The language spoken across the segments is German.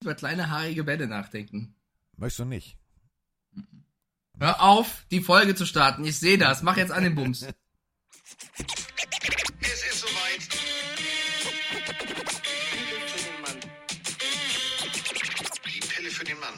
über kleine haarige Bälle nachdenken. Möchtest du nicht? Hör auf, die Folge zu starten. Ich sehe das. Mach jetzt an den Bums. Es ist soweit. Die Pille für den Mann.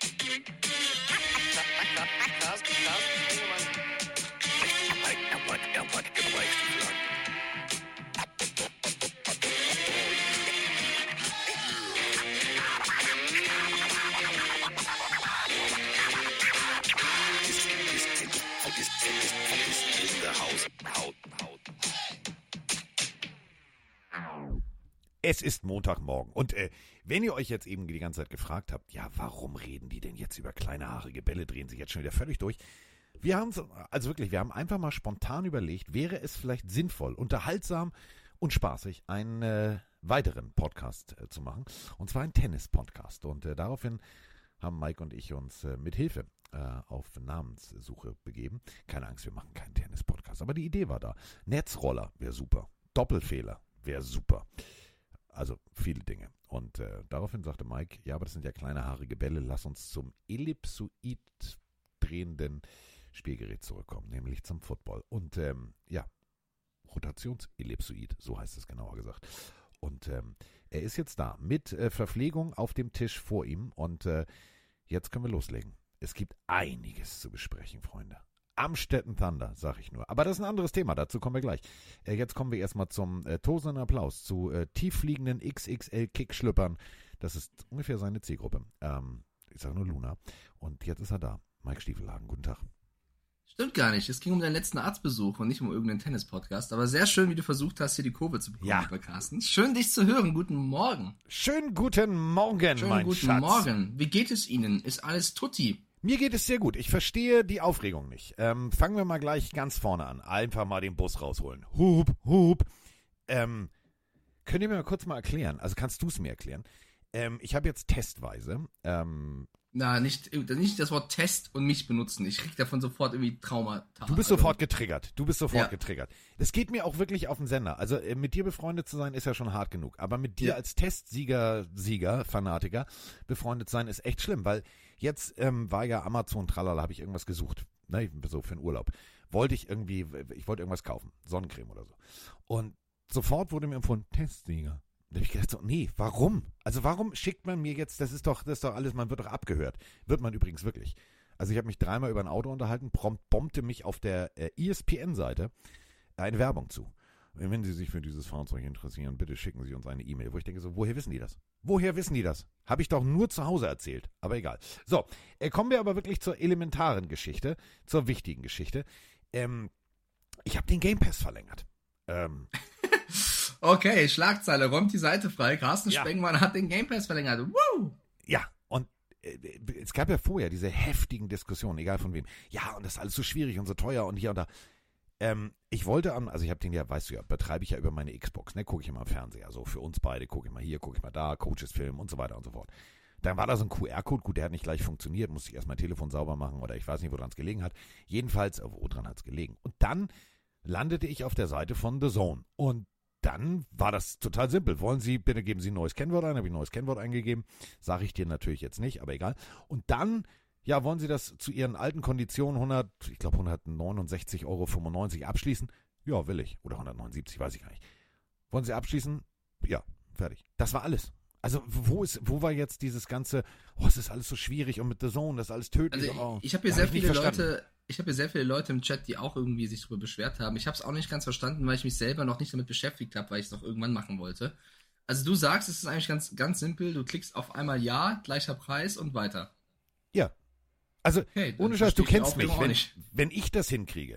Es ist Montagmorgen und wenn ihr euch jetzt eben die ganze Zeit gefragt habt, ja, warum reden die denn jetzt über kleine haarige Bälle, drehen sich jetzt schon wieder völlig durch. Wir haben einfach mal spontan überlegt, wäre es vielleicht sinnvoll, unterhaltsam und spaßig, einen weiteren Podcast zu machen, und zwar einen Tennis-Podcast. Und daraufhin haben Mike und ich uns mit Hilfe auf Namenssuche begeben. Keine Angst, wir machen keinen Tennis-Podcast, aber die Idee war da. Netzroller wäre super, Doppelfehler wäre super. Also viele Dinge. Und daraufhin sagte Mike, ja, aber das sind ja kleine haarige Bälle, lass uns zum Ellipsoid drehenden Spielgerät zurückkommen, nämlich zum Football. Und Rotationsellipsoid, so heißt es genauer gesagt. Und er ist jetzt da mit Verpflegung auf dem Tisch vor ihm und jetzt können wir loslegen. Es gibt einiges zu besprechen, Freunde. Amstetten Thunder, sag ich nur. Aber das ist ein anderes Thema, dazu kommen wir gleich. Jetzt kommen wir erstmal zum tosenden Applaus zu tieffliegenden XXL-Kickschlüppern. Das ist ungefähr seine Zielgruppe. Ich sage nur Luna. Und jetzt ist er da. Mike Stiefelhagen, guten Tag. Stimmt gar nicht. Es ging um deinen letzten Arztbesuch und nicht um irgendeinen Tennis-Podcast. Aber sehr schön, wie du versucht hast, hier die Kurve zu bekommen, lieber Carsten. Schön, dich zu hören. Guten Morgen. Schönen guten Morgen, mein Schatz. Schönen guten Morgen. Wie geht es Ihnen? Ist alles tutti? Mir geht es sehr gut. Ich verstehe die Aufregung nicht. Fangen wir mal gleich ganz vorne an. Einfach mal den Bus rausholen. Hup, hup. Könnt ihr mir mal kurz mal erklären, also kannst du es mir erklären? Ich habe jetzt testweise, nicht das Wort Test und mich benutzen. Ich krieg davon sofort irgendwie Traumata. Du bist sofort getriggert. Getriggert. Das geht mir auch wirklich auf den Sender. Also mit dir befreundet zu sein, ist ja schon hart genug. Aber mit dir als Testsieger, Fanatiker befreundet sein, ist echt schlimm. Weil jetzt war ja Amazon, tralala, habe ich irgendwas gesucht. Ne, so für einen Urlaub. Ich wollte irgendwas kaufen. Sonnencreme oder so. Und sofort wurde mir empfohlen, Testsieger. Da habe ich gedacht, so, nee, warum? Also warum schickt man mir jetzt, das ist doch alles, man wird doch abgehört. Wird man übrigens wirklich. Also ich habe mich 3-mal über ein Auto unterhalten, prompt bombte mich auf der ESPN-Seite eine Werbung zu. Wenn Sie sich für dieses Fahrzeug interessieren, bitte schicken Sie uns eine E-Mail. Wo ich denke so, woher wissen die das? Habe ich doch nur zu Hause erzählt. Aber egal. So, kommen wir aber wirklich zur elementaren Geschichte, zur wichtigen Geschichte. Ich habe den Game Pass verlängert. Okay, Schlagzeile, räumt die Seite frei. Carsten Spengmann hat den Game Pass verlängert. Woo! Ja, und es gab ja vorher diese heftigen Diskussionen, egal von wem. Ja, und das ist alles so schwierig und so teuer und hier und da. Ich wollte ich habe den ja, weißt du ja, betreibe ich ja über meine Xbox, ne, gucke ich immer am Fernseher. So für uns beide, gucke ich mal hier, gucke ich mal da, Coaches Film und so weiter und so fort. Dann war da so ein QR-Code, gut, der hat nicht gleich funktioniert, musste ich erst mein Telefon sauber machen oder ich weiß nicht, woran es gelegen hat. Jedenfalls, woran hat es gelegen? Und dann landete ich auf der Seite von The Zone und dann war das total simpel. Wollen Sie, bitte geben Sie ein neues Kennwort ein. Habe ich ein neues Kennwort eingegeben. Sage ich dir natürlich jetzt nicht, aber egal. Und dann, ja, wollen Sie das zu Ihren alten Konditionen 169,95 € abschließen? Ja, will ich. Oder 179, weiß ich gar nicht. Wollen Sie abschließen? Ja, fertig. Das war alles. Also wo war jetzt dieses ganze, es ist alles so schwierig und mit The Zone, das ist alles tödlich. Also ich habe hier sehr viele Leute... Ich habe hier sehr viele Leute im Chat, die auch irgendwie sich darüber beschwert haben. Ich habe es auch nicht ganz verstanden, weil ich mich selber noch nicht damit beschäftigt habe, weil ich es noch irgendwann machen wollte. Also du sagst, es ist eigentlich ganz, ganz simpel. Du klickst auf einmal Ja, gleicher Preis und weiter. Ja. Also okay, ohne Scheiß, du kennst mich. Wenn ich das hinkriege,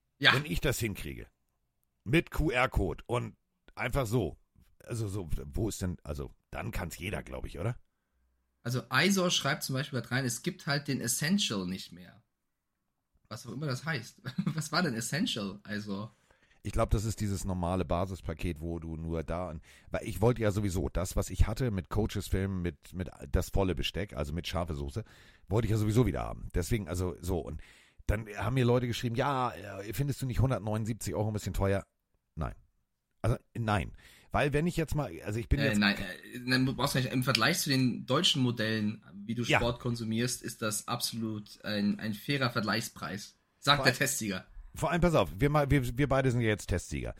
mit QR-Code und einfach so, wo ist denn, dann kann es jeder, glaube ich, oder? Also Isor schreibt zum Beispiel da rein, es gibt halt den Essential nicht mehr. Was auch immer das heißt. Was war denn Essential? Also. Ich glaube, das ist dieses normale Basispaket, wo du nur weil ich wollte ja sowieso das, was ich hatte mit Coaches Film, mit das volle Besteck, also mit scharfe Soße, wollte ich ja sowieso wieder haben. Deswegen, also so. Und dann haben mir Leute geschrieben, ja, findest du nicht 179 € ein bisschen teuer? Nein. Also nein. Weil wenn ich jetzt mal, also ich bin jetzt... Nein, du brauchst nicht, im Vergleich zu den deutschen Modellen, wie du Ja. Sport konsumierst, ist das absolut ein fairer Vergleichspreis. Sagt der Testsieger. Vor allem, pass auf, wir beide sind ja jetzt Testsieger.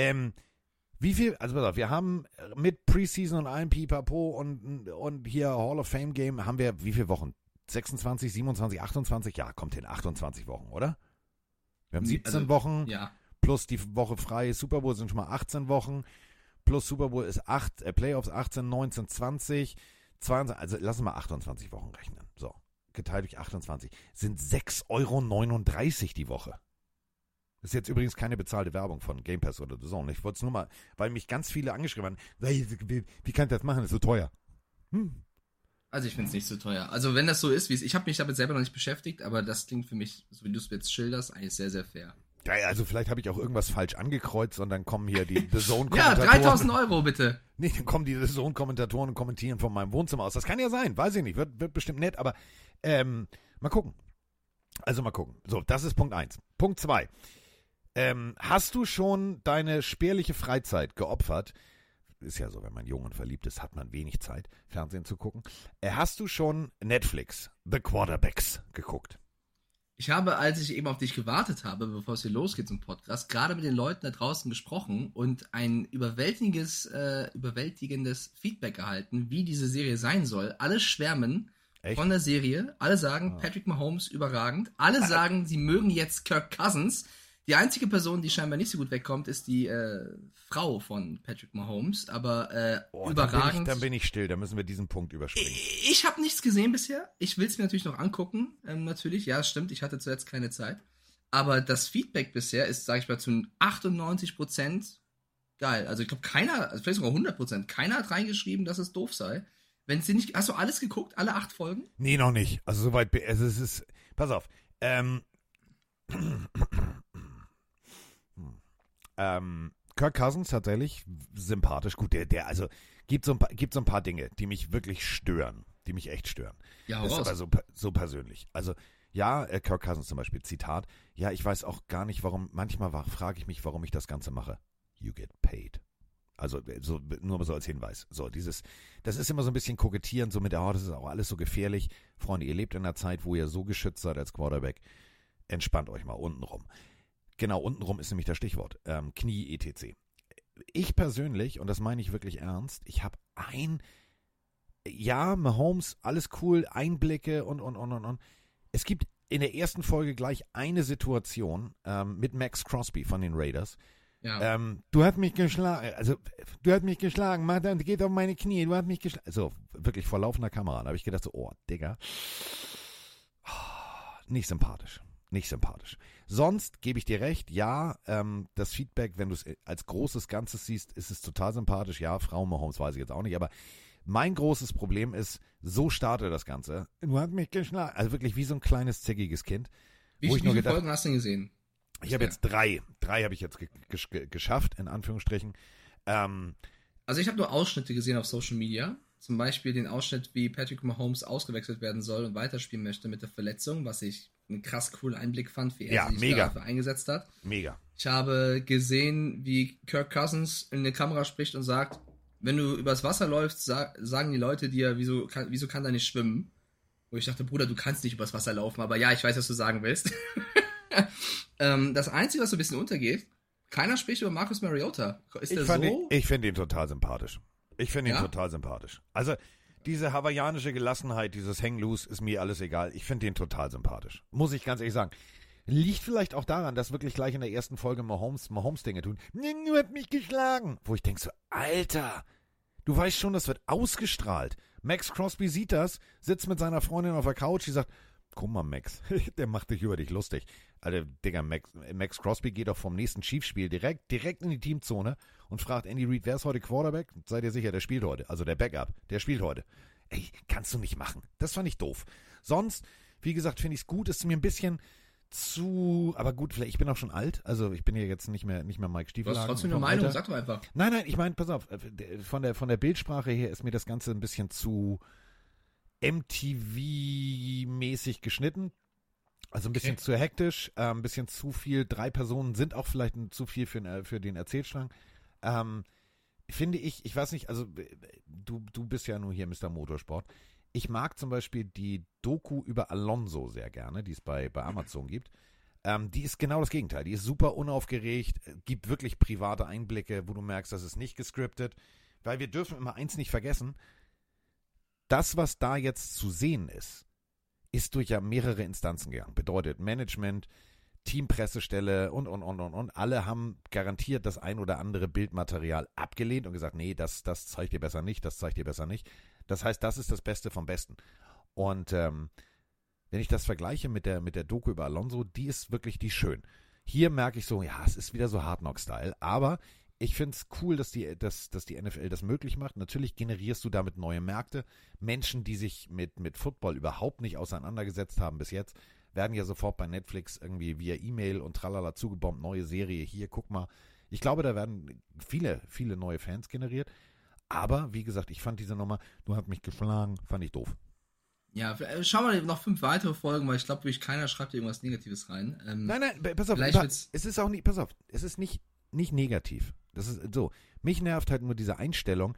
Wie viel, also pass auf, wir haben mit Preseason und allem Pipapo und hier Hall of Fame Game haben wir wie viele Wochen? 26, 27, 28? Ja, kommt hin, 28 Wochen, oder? Wir haben 17 Wochen, Ja. plus die Woche frei, Super Bowl sind schon mal 18 Wochen, plus Super Bowl ist Playoffs 18, 19, 20, 22, also lassen wir 28 Wochen rechnen. So, geteilt durch 28, sind 6,39 € die Woche. Das ist jetzt übrigens keine bezahlte Werbung von Game Pass oder The Zone. Ich wollte es nur mal, weil mich ganz viele angeschrieben haben, wie kann ich das machen, das ist so teuer. Also ich finde es nicht so teuer. Also wenn das so ist, wie es, ich habe mich damit selber noch nicht beschäftigt, aber das klingt für mich, so wie du es jetzt schilderst, eigentlich sehr, sehr fair. Ja, also vielleicht habe ich auch irgendwas falsch angekreuzt und dann kommen hier die The Ja, Zone-Kommentatoren. 3.000 € bitte. Nee, dann kommen die The Zone-Kommentatoren und kommentieren von meinem Wohnzimmer aus. Das kann ja sein, weiß ich nicht, wird bestimmt nett, aber mal gucken. Also mal gucken. So, das ist Punkt 1. Punkt 2. Hast du schon deine spärliche Freizeit geopfert? Ist ja so, wenn man jung und verliebt ist, hat man wenig Zeit, Fernsehen zu gucken. Hast du schon Netflix, The Quarterbacks, geguckt? Ich habe, als ich eben auf dich gewartet habe, bevor es hier losgeht zum Podcast, gerade mit den Leuten da draußen gesprochen und ein überwältigendes Feedback erhalten, wie diese Serie sein soll. Alle schwärmen von der Serie. Alle sagen, Patrick Mahomes überragend. Alle sagen, sie mögen jetzt Kirk Cousins. Die einzige Person, die scheinbar nicht so gut wegkommt, ist die Frau von Patrick Mahomes, aber überragend. Dann bin ich still, da müssen wir diesen Punkt überspringen. Ich habe nichts gesehen bisher. Ich will es mir natürlich noch angucken. Natürlich, ja, stimmt, ich hatte zuletzt keine Zeit. Aber das Feedback bisher ist, sage ich mal, zu 98% geil. Also ich glaube, keiner, also vielleicht sogar 100%, keiner hat reingeschrieben, dass es doof sei. Wenn sie nicht, hast du alles geguckt, alle 8 Folgen? Nee, noch nicht. Also soweit, also es ist, pass auf, Kirk Cousins tatsächlich sympathisch. Gut, der also gibt so ein paar Dinge, die mich wirklich stören, die mich echt stören. Ja, das ist aber so persönlich. Also ja, Kirk Cousins zum Beispiel, Zitat, ja, ich weiß auch gar nicht, warum, manchmal frage ich mich, warum ich das Ganze mache. You get paid. Also so, nur so als Hinweis. So, das ist immer so ein bisschen kokettieren, so mit der das ist auch alles so gefährlich. Freunde, ihr lebt in einer Zeit, wo ihr so geschützt seid als Quarterback. Entspannt euch mal untenrum. Genau, untenrum ist nämlich das Stichwort. Knie etc. Ich persönlich, und das meine ich wirklich ernst, ich habe Mahomes, alles cool, Einblicke und. Es gibt in der ersten Folge gleich eine Situation mit Max Crosby von den Raiders. Ja. Du hast mich geschlagen, Mann, geht auf meine Knie, du hast mich geschlagen. Also wirklich vor laufender Kamera. Da habe ich gedacht so, oh, Digga. Nicht sympathisch. Nicht sympathisch. Sonst gebe ich dir recht, ja, das Feedback, wenn du es als großes Ganzes siehst, ist es total sympathisch. Ja, Frau Mahomes weiß ich jetzt auch nicht, aber mein großes Problem ist, so startet das Ganze. Du hast mich geschlagen. Also wirklich wie so ein kleines, zickiges Kind. Wie viele Folgen hast du denn gesehen? Ich habe jetzt 3. 3 habe ich jetzt geschafft, in Anführungsstrichen. Also ich habe nur Ausschnitte gesehen auf Social Media. Zum Beispiel den Ausschnitt, wie Patrick Mahomes ausgewechselt werden soll und weiterspielen möchte mit der Verletzung, was ich einen krass coolen Einblick fand, wie er sich dafür eingesetzt hat. Mega. Ich habe gesehen, wie Kirk Cousins in die Kamera spricht und sagt, wenn du übers Wasser läufst, sagen die Leute dir, wieso kann er nicht schwimmen? Wo ich dachte, Bruder, du kannst nicht übers Wasser laufen, aber ja, ich weiß, was du sagen willst. Das Einzige, was so ein bisschen untergeht, keiner spricht über Marcus Mariota. Ich finde ihn total sympathisch. Also, diese hawaiianische Gelassenheit, dieses Hang Loose, ist mir alles egal. Ich finde ihn total sympathisch. Muss ich ganz ehrlich sagen. Liegt vielleicht auch daran, dass wirklich gleich in der ersten Folge Mahomes Dinge tun. Du hast mich geschlagen. Wo ich denke so, Alter, du weißt schon, das wird ausgestrahlt. Max Crosby sieht das, sitzt mit seiner Freundin auf der Couch, die sagt, guck mal, Max, der macht dich über dich lustig. Alter, Digga, Max Crosby geht doch vom nächsten Chiefs-Spiel direkt in die Teamzone und fragt Andy Reid, wer ist heute Quarterback? Seid ihr sicher, der spielt heute. Also der Backup, der spielt heute. Ey, kannst du nicht machen. Das fand ich doof. Sonst, wie gesagt, finde ich es gut, ist mir ein bisschen zu, aber gut, vielleicht, ich bin auch schon alt, also ich bin ja jetzt nicht mehr Mike Stiefel. Du hast trotzdem eine Meinung, sag doch einfach. Nein, ich meine, pass auf, von der Bildsprache her ist mir das Ganze ein bisschen zu MTV-mäßig geschnitten. Also ein bisschen zu hektisch, ein bisschen zu viel. 3 Personen sind auch vielleicht zu viel für den Erzählstrang. finde ich weiß nicht, also du bist ja nur hier Mr. Motorsport. Ich mag zum Beispiel die Doku über Alonso sehr gerne, die es bei Amazon gibt. Die ist genau das Gegenteil. Die ist super unaufgeregt, gibt wirklich private Einblicke, wo du merkst, das ist nicht gescriptet. Weil wir dürfen immer eins nicht vergessen, das, was da jetzt zu sehen ist durch ja mehrere Instanzen gegangen. Bedeutet Management, Teampressestelle und. Alle haben garantiert das ein oder andere Bildmaterial abgelehnt und gesagt, nee, das zeigt dir besser nicht, das zeigt dir besser nicht. Das heißt, das ist das Beste vom Besten. Und wenn ich das vergleiche mit der Doku über Alonso, die ist wirklich die schön. Hier merke ich so, ja, es ist wieder so Hard Knock-Style, aber ich finde es cool, dass die NFL das möglich macht. Natürlich generierst du damit neue Märkte. Menschen, die sich mit Football überhaupt nicht auseinandergesetzt haben bis jetzt, werden ja sofort bei Netflix irgendwie via E-Mail und tralala zugebombt, neue Serie, hier, guck mal. Ich glaube, da werden viele, viele neue Fans generiert. Aber, wie gesagt, ich fand diese Nummer, du hast mich geschlagen, fand ich doof. Ja, schauen wir noch 5 weitere Folgen, weil ich glaube, wirklich keiner schreibt irgendwas Negatives rein. Nein, pass auf, es ist auch nicht, pass auf, es ist nicht negativ. Das ist so. Mich nervt halt nur diese Einstellung,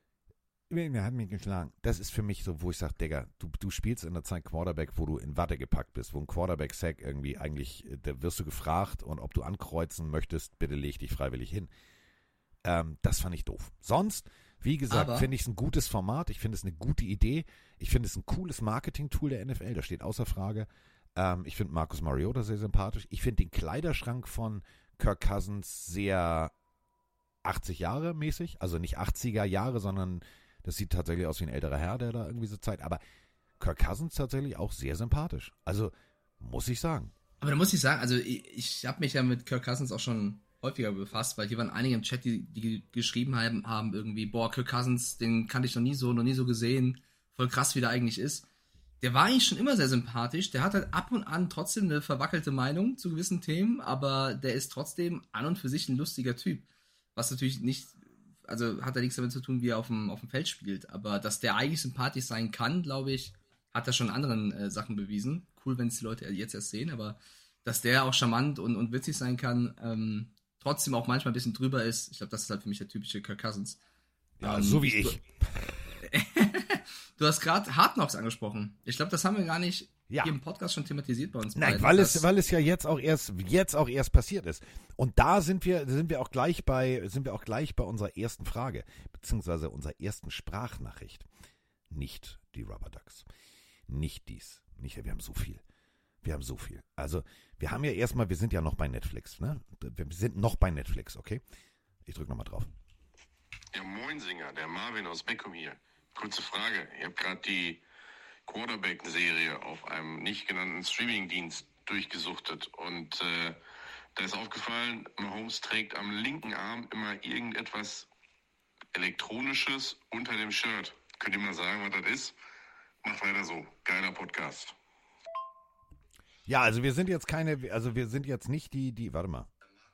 er hat mich geschlagen. Das ist für mich so, wo ich sage, Digga, du spielst in der Zeit Quarterback, wo du in Watte gepackt bist, wo ein Quarterback-Sack irgendwie eigentlich, da wirst du gefragt und ob du ankreuzen möchtest, bitte leg dich freiwillig hin. Das fand ich doof. Sonst, wie gesagt, finde ich es ein gutes Format, ich finde es eine gute Idee, ich finde es ein cooles Marketing-Tool der NFL, das steht außer Frage. Ich finde Marcus Mariota sehr sympathisch. Ich finde den Kleiderschrank von Kirk Cousins sehr 80 Jahre mäßig, also nicht 80er Jahre, sondern das sieht tatsächlich aus wie ein älterer Herr, der da irgendwie so Zeit, aber Kirk Cousins tatsächlich auch sehr sympathisch. Also, muss ich sagen. Aber da muss ich sagen, also ich habe mich ja mit Kirk Cousins auch schon häufiger befasst, weil hier waren einige im Chat, die geschrieben haben irgendwie, boah, Kirk Cousins, den kannte ich noch nie so gesehen, voll krass, wie der eigentlich ist. Der war eigentlich schon immer sehr sympathisch, der hat halt ab und an trotzdem eine verwackelte Meinung zu gewissen Themen, aber der ist trotzdem an und für sich ein lustiger Typ. Was natürlich nicht, also hat er nichts damit zu tun, wie er auf dem Feld spielt, aber dass der eigentlich sympathisch sein kann, glaube ich, hat er schon in anderen Sachen bewiesen. Cool, wenn es die Leute jetzt erst sehen, aber dass der auch charmant und witzig sein kann, trotzdem auch manchmal ein bisschen drüber ist, ich glaube, das ist halt für mich der typische Kirk Cousins. Ja, so wie ich. Du hast gerade Hard Knocks angesprochen. Ich glaube, das haben wir gar nicht hier im Podcast schon thematisiert bei uns. Nein, weil es ja jetzt auch erst passiert ist. Und da sind wir auch gleich bei unserer ersten Frage, beziehungsweise unserer ersten Sprachnachricht. Nicht die Rubber Ducks. Nicht dies. Nicht, wir haben so viel. Also, wir haben ja erstmal, wir sind ja noch bei Netflix, ne? Wir sind noch bei Netflix, okay? Ich drücke nochmal drauf. Ja, Moinsinger, der Marvin aus Beckum hier. Kurze Frage. Ihr habt gerade die Quarterback-Serie auf einem nicht genannten Streamingdienst durchgesuchtet und da ist aufgefallen, Mahomes trägt am linken Arm immer irgendetwas Elektronisches unter dem Shirt. Könnt ihr mal sagen, was das ist? Macht weiter so. Geiler Podcast. Ja, also wir sind jetzt nicht die, warte mal.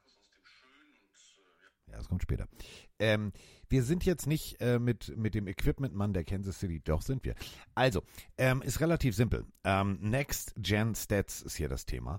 Ja, das kommt später. Wir sind jetzt nicht mit dem Equipment-Mann der Kansas City, doch sind wir. Also, ist relativ simpel. Next-Gen-Stats ist hier das Thema.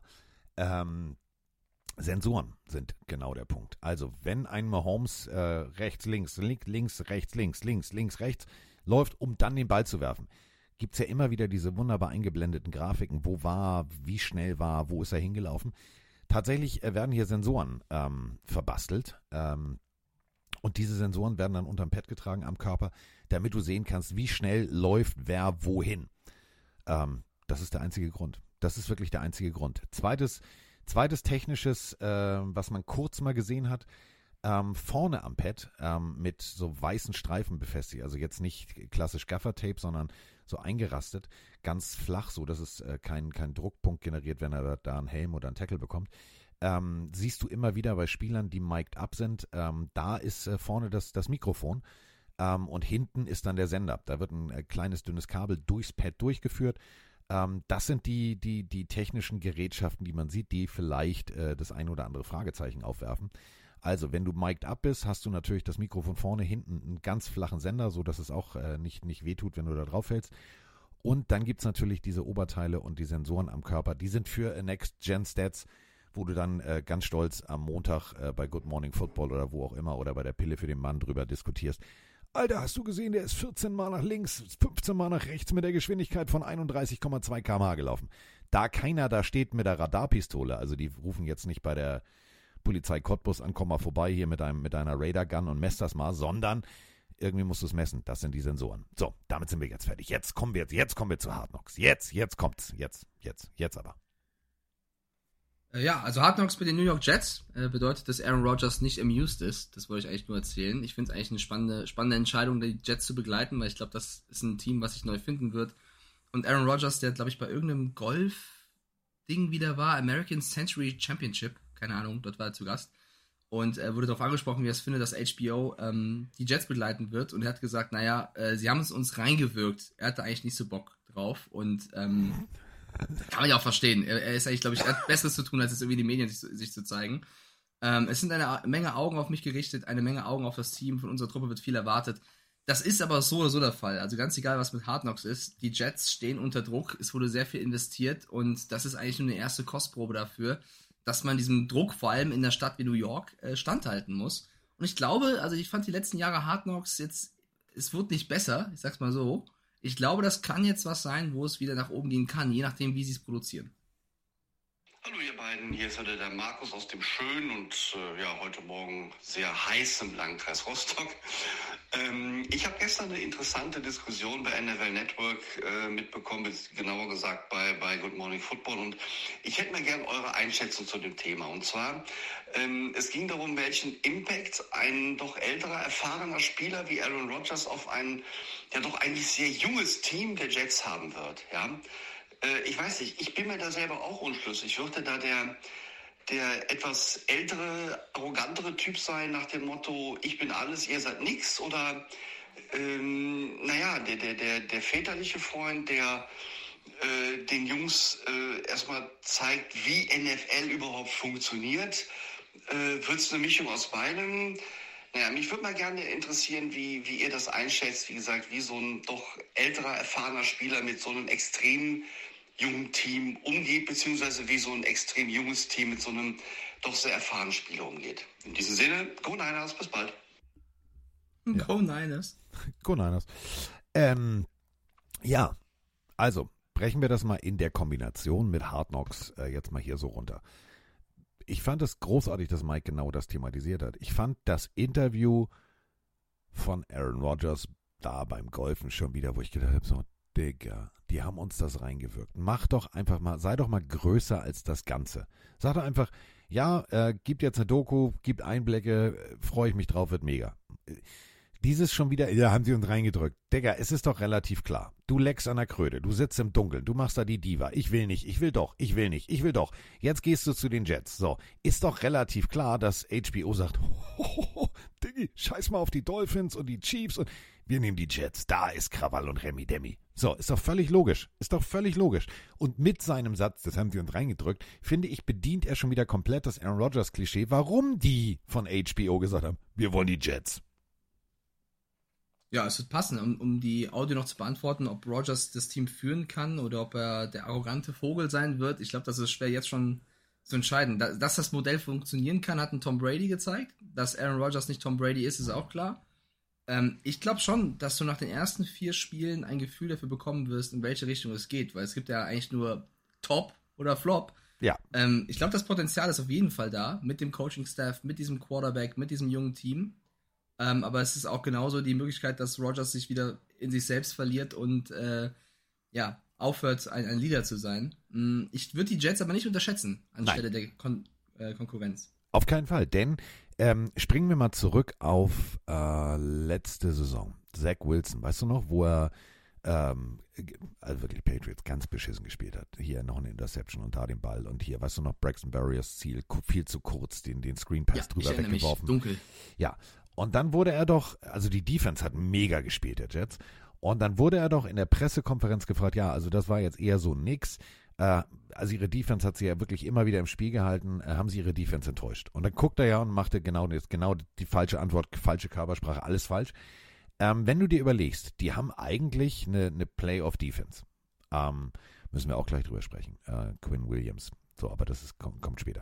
Sensoren sind genau der Punkt. Also, wenn ein Mahomes rechts, links, rechts läuft, um dann den Ball zu werfen, gibt es ja immer wieder diese wunderbar eingeblendeten Grafiken, wo war, wie schnell war, wo ist er hingelaufen. Tatsächlich werden hier Sensoren verbastelt und diese Sensoren werden dann unterm Pad getragen am Körper, damit du sehen kannst, wie schnell läuft wer wohin. Das ist der einzige Grund. Das ist wirklich der einzige Grund. Zweites technisches, was man kurz mal gesehen hat, vorne am Pad mit so weißen Streifen befestigt, also jetzt nicht klassisch Gaffer-Tape, sondern so eingerastet, ganz flach, so dass es kein Druckpunkt generiert, wenn er da einen Helm oder einen Tackle bekommt. Siehst du immer wieder bei Spielern, die mic'd up sind, da ist vorne das Mikrofon und hinten ist dann der Sender. Da wird ein kleines, dünnes Kabel durchs Pad durchgeführt. Das sind die technischen Gerätschaften, die man sieht, die vielleicht das ein oder andere Fragezeichen aufwerfen. Also, wenn du mic'd up bist, hast du natürlich das Mikrofon vorne, hinten einen ganz flachen Sender, sodass es auch nicht wehtut, wenn du da drauf fällst. Und dann gibt es natürlich diese Oberteile und die Sensoren am Körper. Die sind für Next-Gen-Stats, wo du dann ganz stolz am Montag bei Good Morning Football oder wo auch immer oder bei der Pille für den Mann drüber diskutierst. Alter, hast du gesehen, der ist 14 Mal nach links, 15 Mal nach rechts mit der Geschwindigkeit von 31,2 km/h gelaufen. Da keiner da steht mit der Radarpistole, also die rufen jetzt nicht bei der Polizei Cottbus an, komm mal vorbei hier mit einer Radar-Gun und messt das mal, sondern irgendwie musst du es messen. Das sind die Sensoren. So, damit sind wir jetzt fertig. Jetzt kommen wir zu Hard Knocks. Jetzt kommt's. Jetzt aber. Ja, also Hard Knocks mit den New York Jets bedeutet, dass Aaron Rodgers nicht amused ist. Das wollte ich eigentlich nur erzählen. Ich finde es eigentlich eine spannende Entscheidung, die Jets zu begleiten, weil ich glaube, das ist ein Team, was sich neu finden wird. Und Aaron Rodgers, der glaube ich bei irgendeinem Golf-Ding wieder war, American Century Championship, keine Ahnung, dort war er zu Gast. Und er wurde darauf angesprochen, wie er es findet, dass HBO die Jets begleiten wird. Und er hat gesagt, naja, sie haben es uns reingewirkt. Er hatte eigentlich nicht so Bock drauf. Und kann man ja auch verstehen. Er ist eigentlich, glaube ich, er hat Besseres zu tun, als es irgendwie in den Medien sich zu zeigen. Es sind eine Menge Augen auf mich gerichtet, eine Menge Augen auf das Team. Von unserer Truppe wird viel erwartet. Das ist aber so oder so der Fall. Also ganz egal, was mit Hard Knocks ist. Die Jets stehen unter Druck. Es wurde sehr viel investiert. Und das ist eigentlich nur eine erste Kostprobe dafür, dass man diesem Druck, vor allem in der Stadt wie New York, standhalten muss. Und ich glaube, also ich fand die letzten Jahre Hard Knocks jetzt, es wurde nicht besser, ich sag's mal so. Ich glaube, das kann jetzt was sein, wo es wieder nach oben gehen kann, je nachdem, wie sie es produzieren. Hallo ihr beiden, hier ist wieder der Markus aus dem schönen und heute Morgen sehr heißen Landkreis Rostock. Ich habe gestern eine interessante Diskussion bei NFL Network mitbekommen, genauer gesagt bei Good Morning Football, und ich hätte mir gerne eure Einschätzung zu dem Thema. Und zwar, es ging darum, welchen Impact ein doch älterer, erfahrener Spieler wie Aaron Rodgers auf ein ja doch eigentlich sehr junges Team der Jets haben wird, ja. Ich weiß nicht, ich bin mir da selber auch unschlüssig. Würde da der etwas ältere, arrogantere Typ sein nach dem Motto, ich bin alles, ihr seid nix? Oder, der väterliche Freund, der den Jungs erstmal zeigt, wie NFL überhaupt funktioniert? Wird es eine Mischung aus beidem? Naja, mich würde mal gerne interessieren, wie ihr das einschätzt. Wie gesagt, wie so ein doch älterer, erfahrener Spieler mit so einem extrem jungen Team umgeht, beziehungsweise wie so ein extrem junges Team mit so einem doch sehr erfahrenen Spieler umgeht. In diesem Sinne, Go Niners, bis bald. Ja. Go Niners. Go Niners. Ja, also brechen wir das mal in der Kombination mit Hard Knocks jetzt mal hier so runter. Ich fand es großartig, dass Mike genau das thematisiert hat. Ich fand das Interview von Aaron Rodgers da beim Golfen schon wieder, wo ich gedacht habe, so, Digga, die haben uns das reingewirkt. Mach doch einfach mal, sei doch mal größer als das Ganze. Sag doch einfach, ja, gibt jetzt eine Doku, gibt Einblicke, freue ich mich drauf, wird mega. Dieses schon wieder, ja, haben sie uns reingedrückt. Digga, es ist doch relativ klar. Du leckst an der Kröte, du sitzt im Dunkeln, du machst da die Diva. Ich will nicht, ich will doch, ich will nicht, ich will doch. Jetzt gehst du zu den Jets. So, ist doch relativ klar, dass HBO sagt, Diggi, scheiß mal auf die Dolphins und die Chiefs und wir nehmen die Jets. Da ist Krawall und Remi Demi. So, ist doch völlig logisch. Und mit seinem Satz, das haben sie uns reingedrückt, finde ich, bedient er schon wieder komplett das Aaron Rodgers-Klischee, warum die von HBO gesagt haben, wir wollen die Jets. Ja, es wird passen, um die Audio noch zu beantworten, ob Rodgers das Team führen kann oder ob er der arrogante Vogel sein wird. Ich glaube, das ist schwer jetzt schon zu entscheiden. Dass das Modell funktionieren kann, hat ein Tom Brady gezeigt. Dass Aaron Rodgers nicht Tom Brady ist auch klar. Ich glaube schon, dass du nach den ersten 4 Spielen ein Gefühl dafür bekommen wirst, in welche Richtung es geht, weil es gibt ja eigentlich nur Top oder Flop. Ja. Ich glaube, das Potenzial ist auf jeden Fall da, mit dem Coaching-Staff, mit diesem Quarterback, mit diesem jungen Team. Aber es ist auch genauso die Möglichkeit, dass Rodgers sich wieder in sich selbst verliert und aufhört, ein Leader zu sein. Ich würde die Jets aber nicht unterschätzen, anstelle der Konkurrenz. Auf keinen Fall, denn springen wir mal zurück auf letzte Saison. Zach Wilson, weißt du noch, wo er also wirklich Patriots ganz beschissen gespielt hat. Hier noch eine Interception und da den Ball und hier, weißt du noch, Braxton Berrios Ziel, viel zu kurz, den Screen Pass drüber weggeworfen. Dunkel. Ja, und dann wurde er doch, also die Defense hat mega gespielt, der Jets, und dann wurde er doch in der Pressekonferenz gefragt, ja, also das war jetzt eher so nix. Also ihre Defense hat sie ja wirklich immer wieder im Spiel gehalten, haben sie ihre Defense enttäuscht. Und dann guckt er ja und machte genau die falsche Antwort, falsche Körpersprache, alles falsch. Wenn du dir überlegst, die haben eigentlich eine Playoff-Defense. Müssen wir auch gleich drüber sprechen. Quinn Williams. So, aber das kommt später.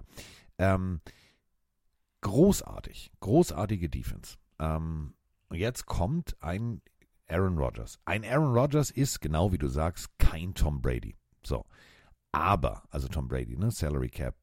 Großartige Defense. Und jetzt kommt ein Aaron Rodgers. Ein Aaron Rodgers ist, genau wie du sagst, kein Tom Brady. So. Aber, also Tom Brady, ne, Salary Cap,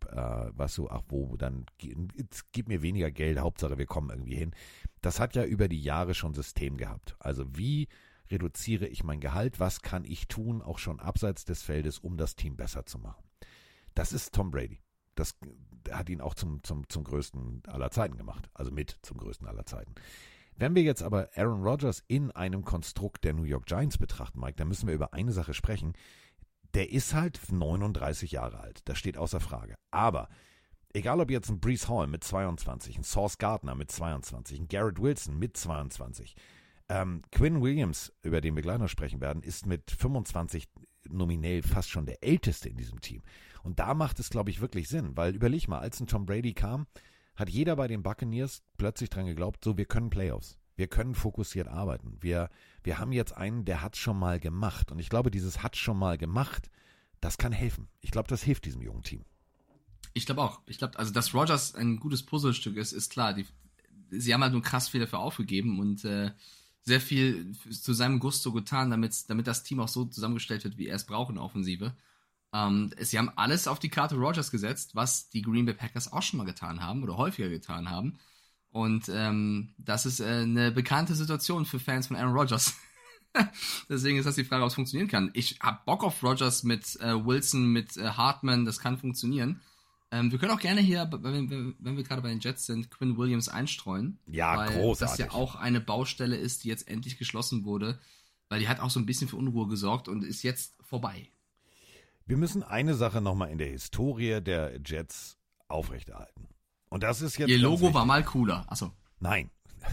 gib mir weniger Geld, Hauptsache wir kommen irgendwie hin. Das hat ja über die Jahre schon System gehabt. Also wie reduziere ich mein Gehalt, was kann ich tun, auch schon abseits des Feldes, um das Team besser zu machen. Das ist Tom Brady. Das hat ihn auch zum größten aller Zeiten gemacht, also mit zum größten aller Zeiten. Wenn wir jetzt aber Aaron Rodgers in einem Konstrukt der New York Giants betrachten, Mike, dann müssen wir über eine Sache sprechen. Der ist halt 39 Jahre alt, das steht außer Frage. Aber egal ob jetzt ein Breece Hall mit 22, ein Sauce Gardner mit 22, ein Garrett Wilson mit 22, Quinn Williams, über den wir gleich noch sprechen werden, ist mit 25 nominell fast schon der Älteste in diesem Team. Und da macht es, glaube ich, wirklich Sinn, weil überleg mal, als ein Tom Brady kam, hat jeder bei den Buccaneers plötzlich dran geglaubt, so wir können Playoffs, wir können fokussiert arbeiten, wir haben jetzt einen, der hat schon mal gemacht. Und ich glaube, dieses hat schon mal gemacht, das kann helfen. Ich glaube, das hilft diesem jungen Team. Ich glaube auch. Ich glaube, also dass Rodgers ein gutes Puzzlestück ist klar. Sie haben halt nur krass viel dafür aufgegeben und sehr viel zu seinem Gusto getan, damit das Team auch so zusammengestellt wird, wie er es braucht in der Offensive. Sie haben alles auf die Karte Rodgers gesetzt, was die Green Bay Packers auch schon mal getan haben oder häufiger getan haben. Und das ist eine bekannte Situation für Fans von Aaron Rodgers. Deswegen ist das die Frage, ob es funktionieren kann. Ich habe Bock auf Rodgers mit Wilson, mit Hartman, das kann funktionieren. Wir können auch gerne hier, wenn wir gerade bei den Jets sind, Quinn Williams einstreuen. Ja, weil großartig. Das ja auch eine Baustelle ist, die jetzt endlich geschlossen wurde, weil die hat auch so ein bisschen für Unruhe gesorgt und ist jetzt vorbei. Wir müssen eine Sache nochmal in der Historie der Jets aufrechterhalten. Und das ist jetzt. Ihr Logo war mal cooler. Achso. Nein.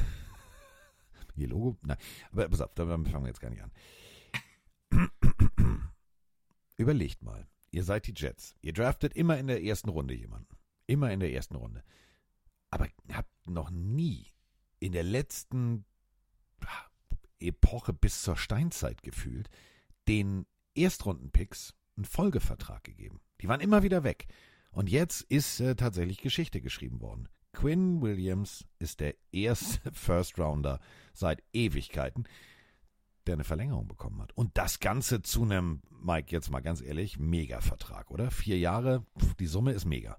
Ihr Logo? Nein. Aber pass auf, damit fangen wir jetzt gar nicht an. Überlegt mal. Ihr seid die Jets. Ihr draftet immer in der ersten Runde jemanden. Immer in der ersten Runde. Aber habt noch nie in der letzten Epoche bis zur Steinzeit gefühlt den Erstrundenpicks einen Folgevertrag gegeben. Die waren immer wieder weg. Und jetzt ist tatsächlich Geschichte geschrieben worden. Quinn Williams ist der erste First-Rounder seit Ewigkeiten, der eine Verlängerung bekommen hat. Und das Ganze zu einem, Mike, jetzt mal ganz ehrlich, Mega-Vertrag, oder? 4 Jahre, die Summe ist mega.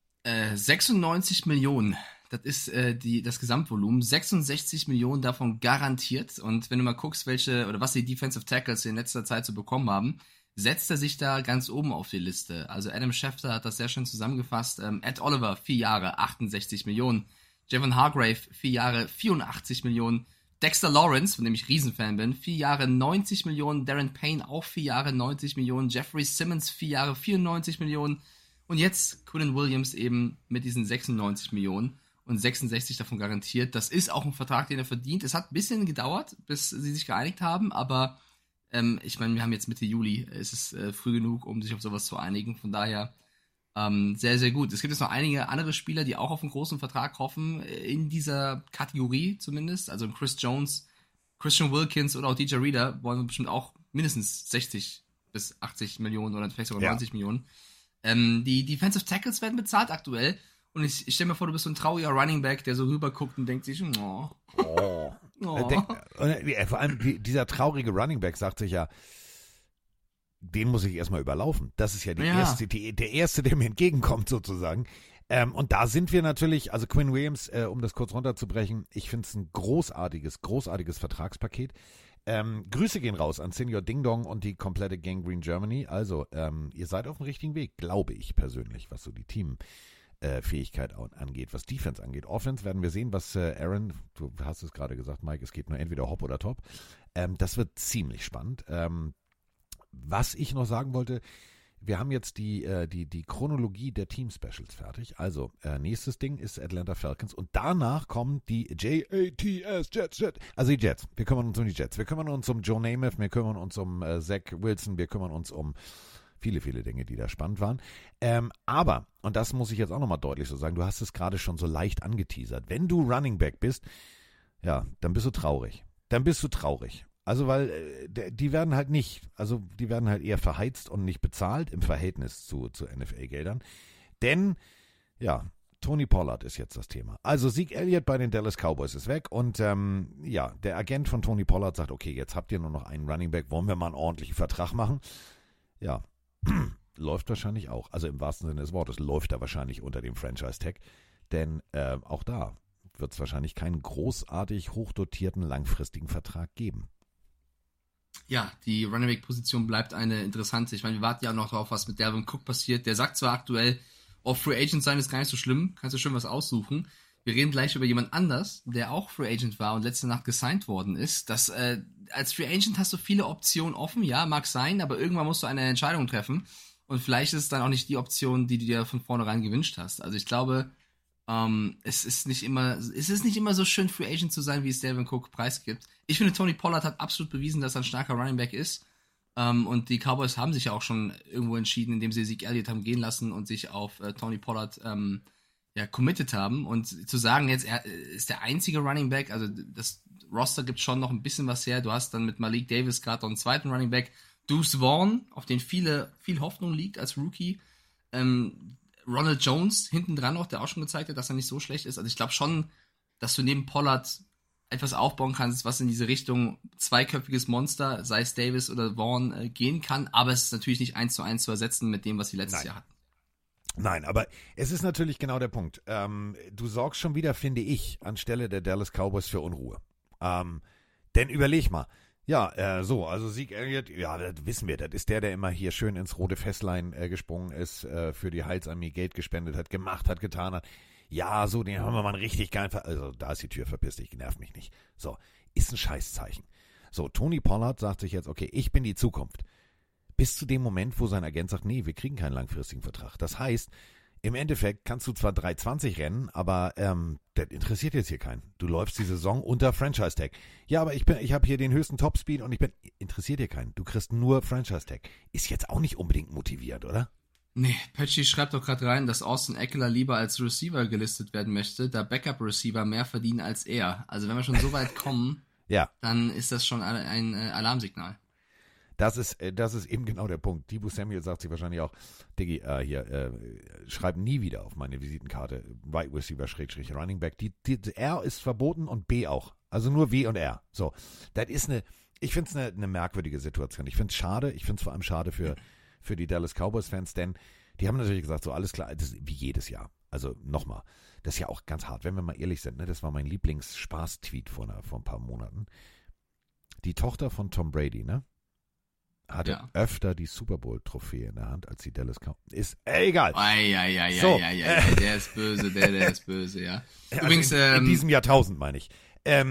96 Millionen, das ist das Gesamtvolumen. 66 Millionen davon garantiert. Und wenn du mal guckst, was die Defensive Tackles in letzter Zeit so bekommen haben, setzt er sich da ganz oben auf die Liste. Also Adam Schefter hat das sehr schön zusammengefasst. Ed Oliver, 4 Jahre, 68 Millionen. Javon Hargrave, 4 Jahre, 84 Millionen. Dexter Lawrence, von dem ich Riesenfan bin, 4 Jahre, 90 Millionen. Darren Payne, auch 4 Jahre, 90 Millionen. Jeffrey Simmons, 4 Jahre, 94 Millionen. Und jetzt Quinn Williams eben mit diesen 96 Millionen und 66 davon garantiert. Das ist auch ein Vertrag, den er verdient. Es hat ein bisschen gedauert, bis sie sich geeinigt haben, aber ich meine, wir haben jetzt Mitte Juli. Es ist früh genug, um sich auf sowas zu einigen. Von daher sehr, sehr gut. Es gibt jetzt noch einige andere Spieler, die auch auf einen großen Vertrag hoffen, in dieser Kategorie zumindest. Also Chris Jones, Christian Wilkins oder auch DJ Reader wollen bestimmt auch mindestens 60 bis 80 Millionen oder vielleicht sogar 90 Millionen. Die Defensive Tackles werden bezahlt aktuell. Und ich stelle mir vor, du bist so ein trauriger Running Back, der so rüberguckt und denkt sich, oh. Vor allem dieser traurige Running Back sagt sich ja, den muss ich erstmal überlaufen. Das ist ja der Erste, der mir entgegenkommt sozusagen. Und da sind wir natürlich, also Quinn Williams, um das kurz runterzubrechen, ich finde es ein großartiges Vertragspaket. Grüße gehen raus an Senior Ding Dong und die komplette Gang Green Germany. Also, ihr seid auf dem richtigen Weg, glaube ich persönlich, was so die Teamfähigkeit angeht, was Defense angeht. Offense werden wir sehen, was Aaron, du hast es gerade gesagt, Mike, es geht nur entweder Hop oder Top. Das wird ziemlich spannend. Was ich noch sagen wollte, wir haben jetzt die Chronologie der Team-Specials fertig. Also, nächstes Ding ist Atlanta Falcons und danach kommen die Jets. Also die Jets. Wir kümmern uns um die Jets. Wir kümmern uns um Joe Namath, wir kümmern uns um Zach Wilson, wir kümmern uns um viele, viele Dinge, die da spannend waren. Aber, und das muss ich jetzt auch nochmal deutlich so sagen, du hast es gerade schon so leicht angeteasert. Wenn du Running Back bist, ja, dann bist du traurig. Also, weil die werden halt eher verheizt und nicht bezahlt im Verhältnis zu NFL-Geldern. Denn, ja, Tony Pollard ist jetzt das Thema. Also Zeke Elliott bei den Dallas Cowboys ist weg und der Agent von Tony Pollard sagt, okay, jetzt habt ihr nur noch einen Running Back, wollen wir mal einen ordentlichen Vertrag machen? Ja, läuft wahrscheinlich auch. Also im wahrsten Sinne des Wortes läuft er wahrscheinlich unter dem Franchise-Tag, denn auch da wird es wahrscheinlich keinen großartig hochdotierten langfristigen Vertrag geben. Ja, die Running Back-Position bleibt eine interessante. Ich meine, wir warten ja noch drauf, was mit Dalvin Cook passiert. Der sagt zwar aktuell, Free Agent sein ist gar nicht so schlimm, kannst du schön was aussuchen. Wir reden gleich über jemand anders, der auch Free Agent war und letzte Nacht gesigned worden ist. Als Free Agent hast du viele Optionen offen, ja, mag sein, aber irgendwann musst du eine Entscheidung treffen und vielleicht ist es dann auch nicht die Option, die du dir von vornherein gewünscht hast. Also ich glaube, es ist nicht immer so schön, Free Agent zu sein, wie es Dalvin Cook preisgibt. Ich finde, Tony Pollard hat absolut bewiesen, dass er ein starker Running Back ist. Und die Cowboys haben sich ja auch schon irgendwo entschieden, indem sie Zeke Elliott haben gehen lassen und sich auf Tony Pollard committed haben. Und zu sagen, jetzt er ist der einzige Running Back, also das Roster gibt schon noch ein bisschen was her. Du hast dann mit Malik Davis gerade noch einen zweiten Running Back, Deuce Vaughn, auf den viel Hoffnung liegt als Rookie. Ronald Jones hinten dran noch, der auch schon gezeigt hat, dass er nicht so schlecht ist. Also ich glaube schon, dass du neben Pollard etwas aufbauen kannst, was in diese Richtung zweiköpfiges Monster, sei es Davis oder Vaughn, gehen kann. Aber es ist natürlich nicht 1:1 zu ersetzen mit dem, was sie letztes Jahr hatten. Nein, aber es ist natürlich genau der Punkt. Du sorgst schon wieder, finde ich, anstelle der Dallas Cowboys für Unruhe. Denn überleg mal, also Zeke Elliott, ja, das wissen wir, das ist der immer hier schön ins rote Fässlein gesprungen ist, für die Heilsarmee Geld gespendet hat, gemacht hat, getan hat. Ja, so, den haben wir mal richtig geil, also da ist die Tür, verpiss dich, nerv mich nicht. So, ist ein Scheißzeichen. So, Tony Pollard sagt sich jetzt, okay, ich bin die Zukunft. Bis zu dem Moment, wo sein Agent sagt, nee, wir kriegen keinen langfristigen Vertrag. Das heißt, im Endeffekt kannst du zwar 3,20 rennen, aber das interessiert jetzt hier keinen. Du läufst die Saison unter Franchise-Tag. Ja, aber ich habe hier den höchsten Topspeed und interessiert dir keinen. Du kriegst nur Franchise-Tag. Ist jetzt auch nicht unbedingt motiviert, oder? Nee, Patchy schreibt doch gerade rein, dass Austin Ekeler lieber als Receiver gelistet werden möchte, da Backup-Receiver mehr verdienen als er. Also wenn wir schon so weit kommen, dann ist das schon ein Alarmsignal. Das ist eben genau der Punkt. Deebo Samuel sagt sich wahrscheinlich auch, Diggi, schreib nie wieder auf meine Visitenkarte Wide Receiver / Running Back. Die R ist verboten und B auch. Also nur W und R. So, das ist ich finde es eine merkwürdige Situation. Ich finde es schade. Ich finde es vor allem schade für die Dallas Cowboys-Fans, denn die haben natürlich gesagt, so alles klar, das ist wie jedes Jahr. Also nochmal, das ist ja auch ganz hart, wenn wir mal ehrlich sind, ne? Das war mein Lieblings-Spaß-Tweet vor ein paar Monaten. Die Tochter von Tom Brady, ne? Hatte öfter die Super Bowl-Trophäe in der Hand als die Dallas Cowboys. Ist egal. Der ist böse, der ist böse, ja. Übrigens, also in diesem Jahrtausend meine ich.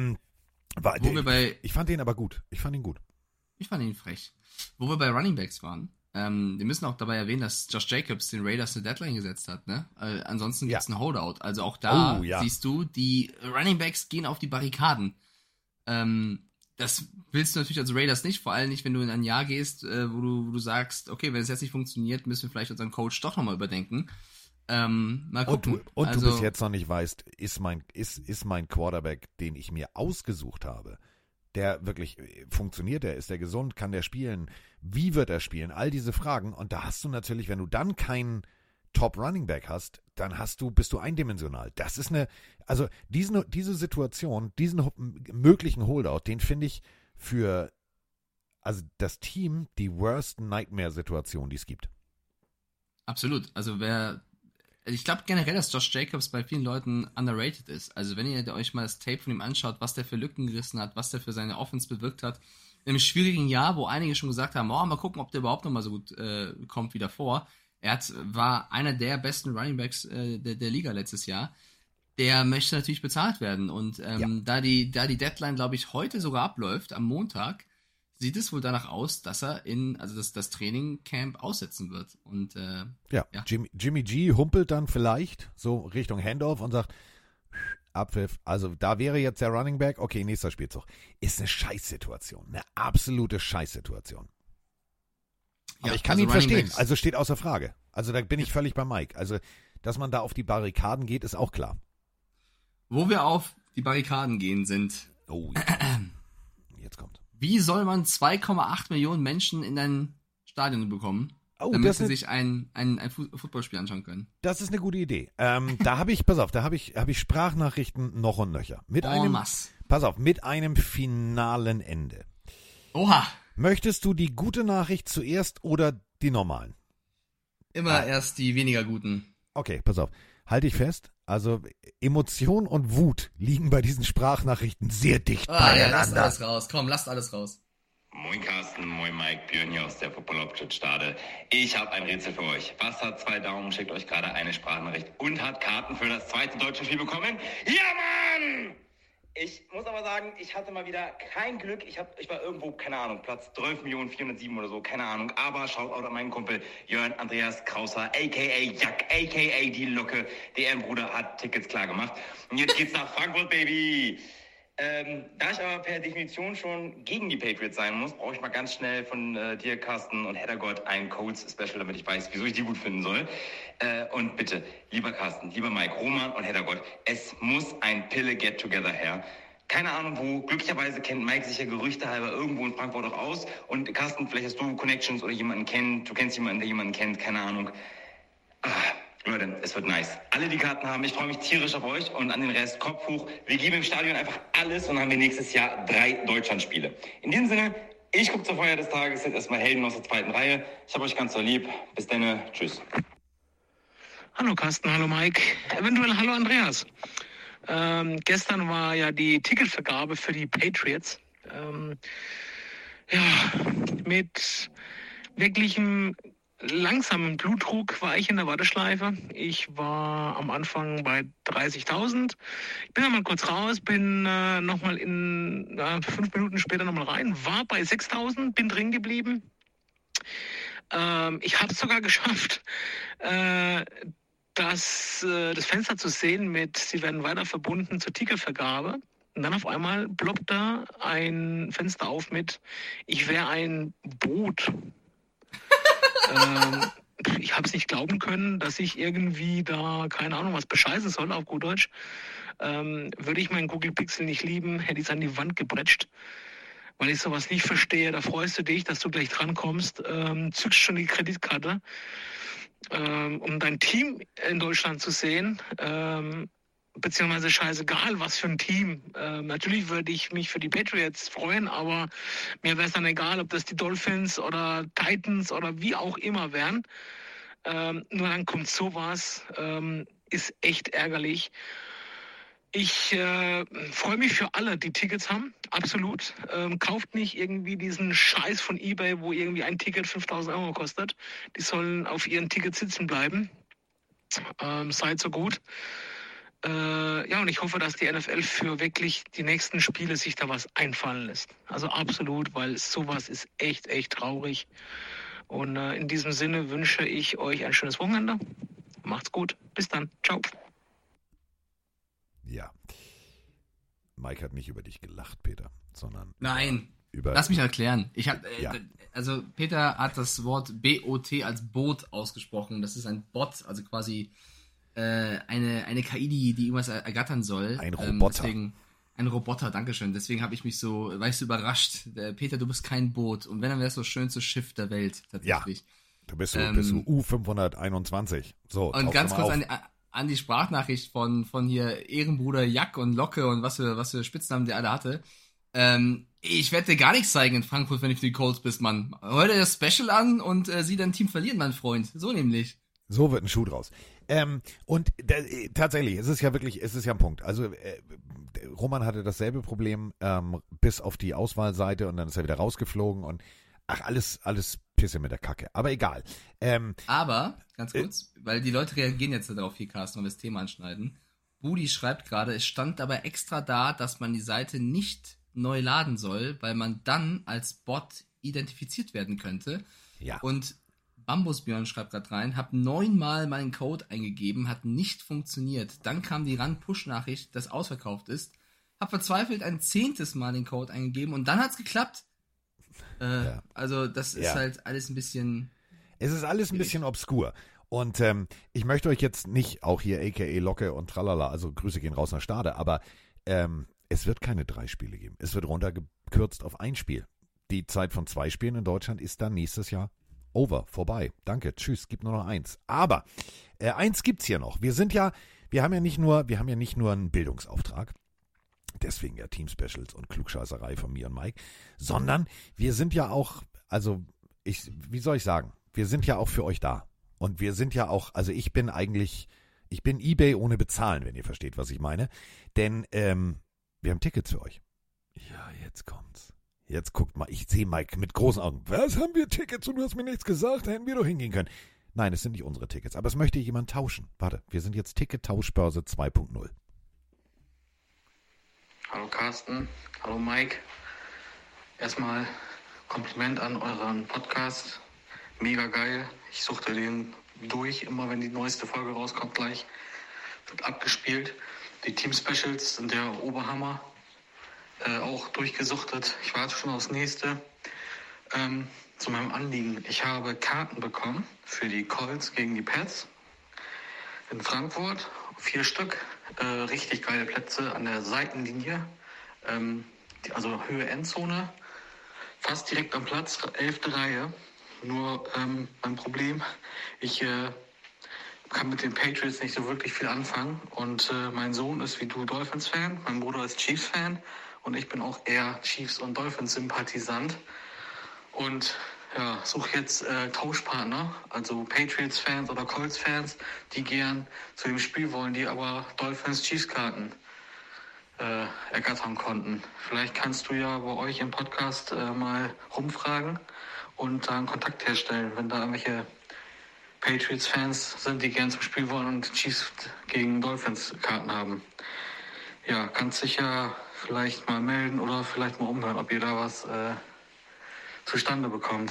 Ich fand den aber gut. Ich fand ihn gut. Ich fand ihn frech. Wo wir bei Running Backs waren, wir müssen auch dabei erwähnen, dass Josh Jacobs den Raiders eine Deadline gesetzt hat, ne? Ansonsten gibt es einen Holdout. Also auch da siehst du, die Running Backs gehen auf die Barrikaden. Das willst du natürlich als Raiders nicht, vor allem nicht, wenn du in ein Jahr gehst, wo du sagst, okay, wenn es jetzt nicht funktioniert, müssen wir vielleicht unseren Coach doch nochmal überdenken. Mal gucken. Und du bis jetzt noch nicht weißt, ist mein Quarterback, den ich mir ausgesucht habe, der wirklich funktioniert, ist der gesund, kann der spielen, wie wird er spielen, all diese Fragen. Und da hast du natürlich, wenn du dann keinen Top-Running-Back hast, dann bist du eindimensional. Das ist diese Situation, diesen möglichen Holdout, den finde ich für das Team die worst Nightmare-Situation, die es gibt. Absolut. Also ich glaube generell, dass Josh Jacobs bei vielen Leuten underrated ist. Also wenn ihr euch mal das Tape von ihm anschaut, was der für Lücken gerissen hat, was der für seine Offense bewirkt hat, in einem schwierigen Jahr, wo einige schon gesagt haben, mal gucken, ob der überhaupt noch mal so gut kommt wie davor. War einer der besten Runningbacks der Liga letztes Jahr. Der möchte natürlich bezahlt werden. Und da die Deadline, glaube ich, heute sogar abläuft, am Montag, sieht es wohl danach aus, dass er das Trainingcamp aussetzen wird. Und Jimmy G humpelt dann vielleicht so Richtung Handoff und sagt, Abpfiff, also da wäre jetzt der Running Back, okay, nächster Spielzug. Ist eine Scheißsituation, eine absolute Scheißsituation. Aber ich kann ihn verstehen, also steht außer Frage. Also da bin ich völlig bei Mike. Also, dass man da auf die Barrikaden geht, ist auch klar. Wo wir auf die Barrikaden gehen sind. Oh, ja. Jetzt kommt. Wie soll man 2,8 Millionen Menschen in ein Stadion bekommen, damit sie sich ein Footballspiel anschauen können? Das ist eine gute Idee. Da habe ich Sprachnachrichten noch und nöcher. Mit einem finalen Ende. Oha. Möchtest du die gute Nachricht zuerst oder die normalen? Immer erst die weniger guten. Okay, pass auf. Halte ich fest. Also Emotion und Wut liegen bei diesen Sprachnachrichten sehr dicht beieinander. Ja, lasst alles raus. Komm, lasst alles raus. Moin Carsten, moin Mike, Björn hier aus der Football-Hauptstadt Stade. Ich habe ein Rätsel für euch. Was hat 2 Daumen, schickt euch gerade eine Sprachnachricht und hat Karten für das zweite deutsche Spiel bekommen? Ja, Mann! Ich muss aber sagen, ich hatte mal wieder kein Glück. Ich war irgendwo, keine Ahnung, Platz 12.407.000 oder so, keine Ahnung. Aber Shoutout an meinen Kumpel Jörn Andreas Krauser, a.k.a. Jack, a.k.a. die Locke. Der Ehrenbruder hat Tickets klar gemacht. Und jetzt geht's nach Frankfurt, Baby. Da ich aber per Definition schon gegen die Patriots sein muss, brauche ich mal ganz schnell von dir, Carsten und Heddergott, ein Colts-Special, damit ich weiß, wieso ich die gut finden soll. Und bitte, lieber Carsten, lieber Mike, Roman und Heddergott, es muss ein Pille-Get-Together her. Keine Ahnung wo, glücklicherweise kennt Mike sich ja Gerüchte halber irgendwo in Frankfurt auch aus. Und Carsten, vielleicht hast du Connections oder jemanden kennt, du kennst jemanden, der jemanden kennt, keine Ahnung. Leute, es wird nice. Alle die Karten haben, ich freue mich tierisch auf euch und an den Rest Kopf hoch. Wir geben im Stadion einfach alles und dann haben wir nächstes Jahr 3 Deutschlandspiele. In diesem Sinne, ich gucke zur Feier des Tages jetzt erstmal Helden aus der 2. Reihe. Ich habe euch ganz so lieb. Bis dann, tschüss. Hallo Carsten, hallo Mike, eventuell hallo Andreas. Gestern war ja die Ticketvergabe für die Patriots. Mit wirklichem langsamen Blutdruck war ich in der Warteschleife. Ich war am Anfang bei 30.000. Ich bin dann mal kurz raus, bin nochmal 5 Minuten später nochmal rein, war bei 6.000, bin drin geblieben. Ich habe es sogar geschafft, das Fenster zu sehen mit, sie werden weiter verbunden zur Ticketvergabe. Und dann auf einmal ploppt da ein Fenster auf mit, ich wäre ein Boot. Ich habe es nicht glauben können, dass ich irgendwie da, keine Ahnung, was bescheißen soll, auf gut Deutsch. Würde ich meinen Google Pixel nicht lieben, hätte ich es an die Wand gebretscht. Weil ich sowas nicht verstehe, da freust du dich, dass du gleich drankommst, zückst schon die Kreditkarte, um dein Team in Deutschland zu sehen, beziehungsweise scheißegal, was für ein Team. Natürlich würde ich mich für die Patriots freuen, aber mir wäre es dann egal, ob das die Dolphins oder Titans oder wie auch immer wären. Nur dann kommt sowas, ist echt ärgerlich. Ich freue mich für alle, die Tickets haben, absolut. Kauft nicht irgendwie diesen Scheiß von eBay, wo irgendwie ein Ticket 5.000 Euro kostet. Die sollen auf ihren Tickets sitzen bleiben. Seid so gut. Und ich hoffe, dass die NFL für wirklich die nächsten Spiele sich da was einfallen lässt. Also absolut, weil sowas ist echt, echt traurig. Und in diesem Sinne wünsche ich euch ein schönes Wochenende. Macht's gut. Bis dann. Ciao. Ja. Mike hat nicht über dich gelacht, Peter, sondern Nein. Über Lass mich erklären. Ja. Also Peter hat das Wort BOT als Boot ausgesprochen. Das ist ein Bot, also quasi eine KI, die irgendwas ergattern soll. Ein Roboter. Ein Roboter, dankeschön. Deswegen habe ich mich weißt du, überrascht. Peter, du bist kein Boot. Und wenn, dann wärst du das schönste Schiff der Welt, tatsächlich. Ja, bist du U521. So, und ganz kurz an die Sprachnachricht von hier Ehrenbruder Jack und Locke und was für Spitznamen der alle hatte. Ich werde dir gar nichts zeigen in Frankfurt, wenn du für die Colts bist, Mann. Hör dir das Special an und sieh dein Team verlieren, mein Freund. So nämlich. So wird ein Schuh draus. Tatsächlich, es ist ja ein Punkt. Also Roman hatte dasselbe Problem bis auf die Auswahlseite und dann ist er wieder rausgeflogen und alles Pisse mit der Kacke. Aber egal. Aber, ganz kurz, weil die Leute reagieren jetzt darauf hier, Carsten, wenn wir das Thema anschneiden. Budi schreibt gerade, es stand dabei extra da, dass man die Seite nicht neu laden soll, weil man dann als Bot identifiziert werden könnte. Ja. Und Bambusbjörn schreibt gerade rein, hab 9-mal meinen Code eingegeben, hat nicht funktioniert. Dann kam die Run-Push-Nachricht, dass ausverkauft ist. Hab verzweifelt ein 10. Mal den Code eingegeben und dann hat's geklappt. Ja. Also das ist halt alles ein bisschen... Es ist alles ein bisschen obskur. Und ich möchte euch jetzt nicht, auch hier a.k.a. Locke und Tralala, also Grüße gehen raus nach Stade, aber es wird keine 3 Spiele geben. Es wird abkürzt auf ein Spiel. Die Zeit von 2 Spielen in Deutschland ist dann nächstes Jahr vorbei. Danke, tschüss, gibt nur noch 1. Aber 1 gibt's hier noch. Wir haben ja nicht nur einen Bildungsauftrag, deswegen ja Team-Specials und Klugscheißerei von mir und Mike, sondern wir sind ja auch, wie soll ich sagen, wir sind ja auch für euch da. Und wir sind ja auch, also ich bin eBay ohne bezahlen, wenn ihr versteht, was ich meine. Denn wir haben Tickets für euch. Ja, jetzt kommt's. Jetzt guckt mal, ich sehe Mike mit großen Augen. Was, haben wir Tickets und du hast mir nichts gesagt? Da hätten wir doch hingehen können. Nein, es sind nicht unsere Tickets, aber es möchte jemand tauschen. Warte, wir sind jetzt Ticket-Tauschbörse 2.0. Hallo Carsten, hallo Mike. Erstmal Kompliment an euren Podcast. Mega geil. Ich suchte den durch, immer wenn die neueste Folge rauskommt, gleich wird abgespielt. Die Team-Specials sind der Oberhammer. Auch durchgesuchtet. Ich warte schon aufs nächste. Zu meinem Anliegen. Ich habe Karten bekommen für die Colts gegen die Pats in Frankfurt. 4 Stück. Richtig geile Plätze an der Seitenlinie. Also Höhe Endzone. Fast direkt am Platz. 11. Reihe. Nur mein Problem, ich kann mit den Patriots nicht so wirklich viel anfangen. Und mein Sohn ist wie du Dolphins-Fan. Mein Bruder ist Chiefs-Fan. Und ich bin auch eher Chiefs- und Dolphins-Sympathisant. Und ja, suche jetzt Tauschpartner, also Patriots-Fans oder Colts-Fans, die gern zu dem Spiel wollen, die aber Dolphins-Chiefs-Karten ergattern konnten. Vielleicht kannst du ja bei euch im Podcast mal rumfragen und da einen Kontakt herstellen, wenn da irgendwelche Patriots-Fans sind, die gern zum Spiel wollen und Chiefs gegen Dolphins-Karten haben. Ja, kannst dich ja vielleicht mal melden oder vielleicht mal umhören, ob ihr da was zustande bekommt.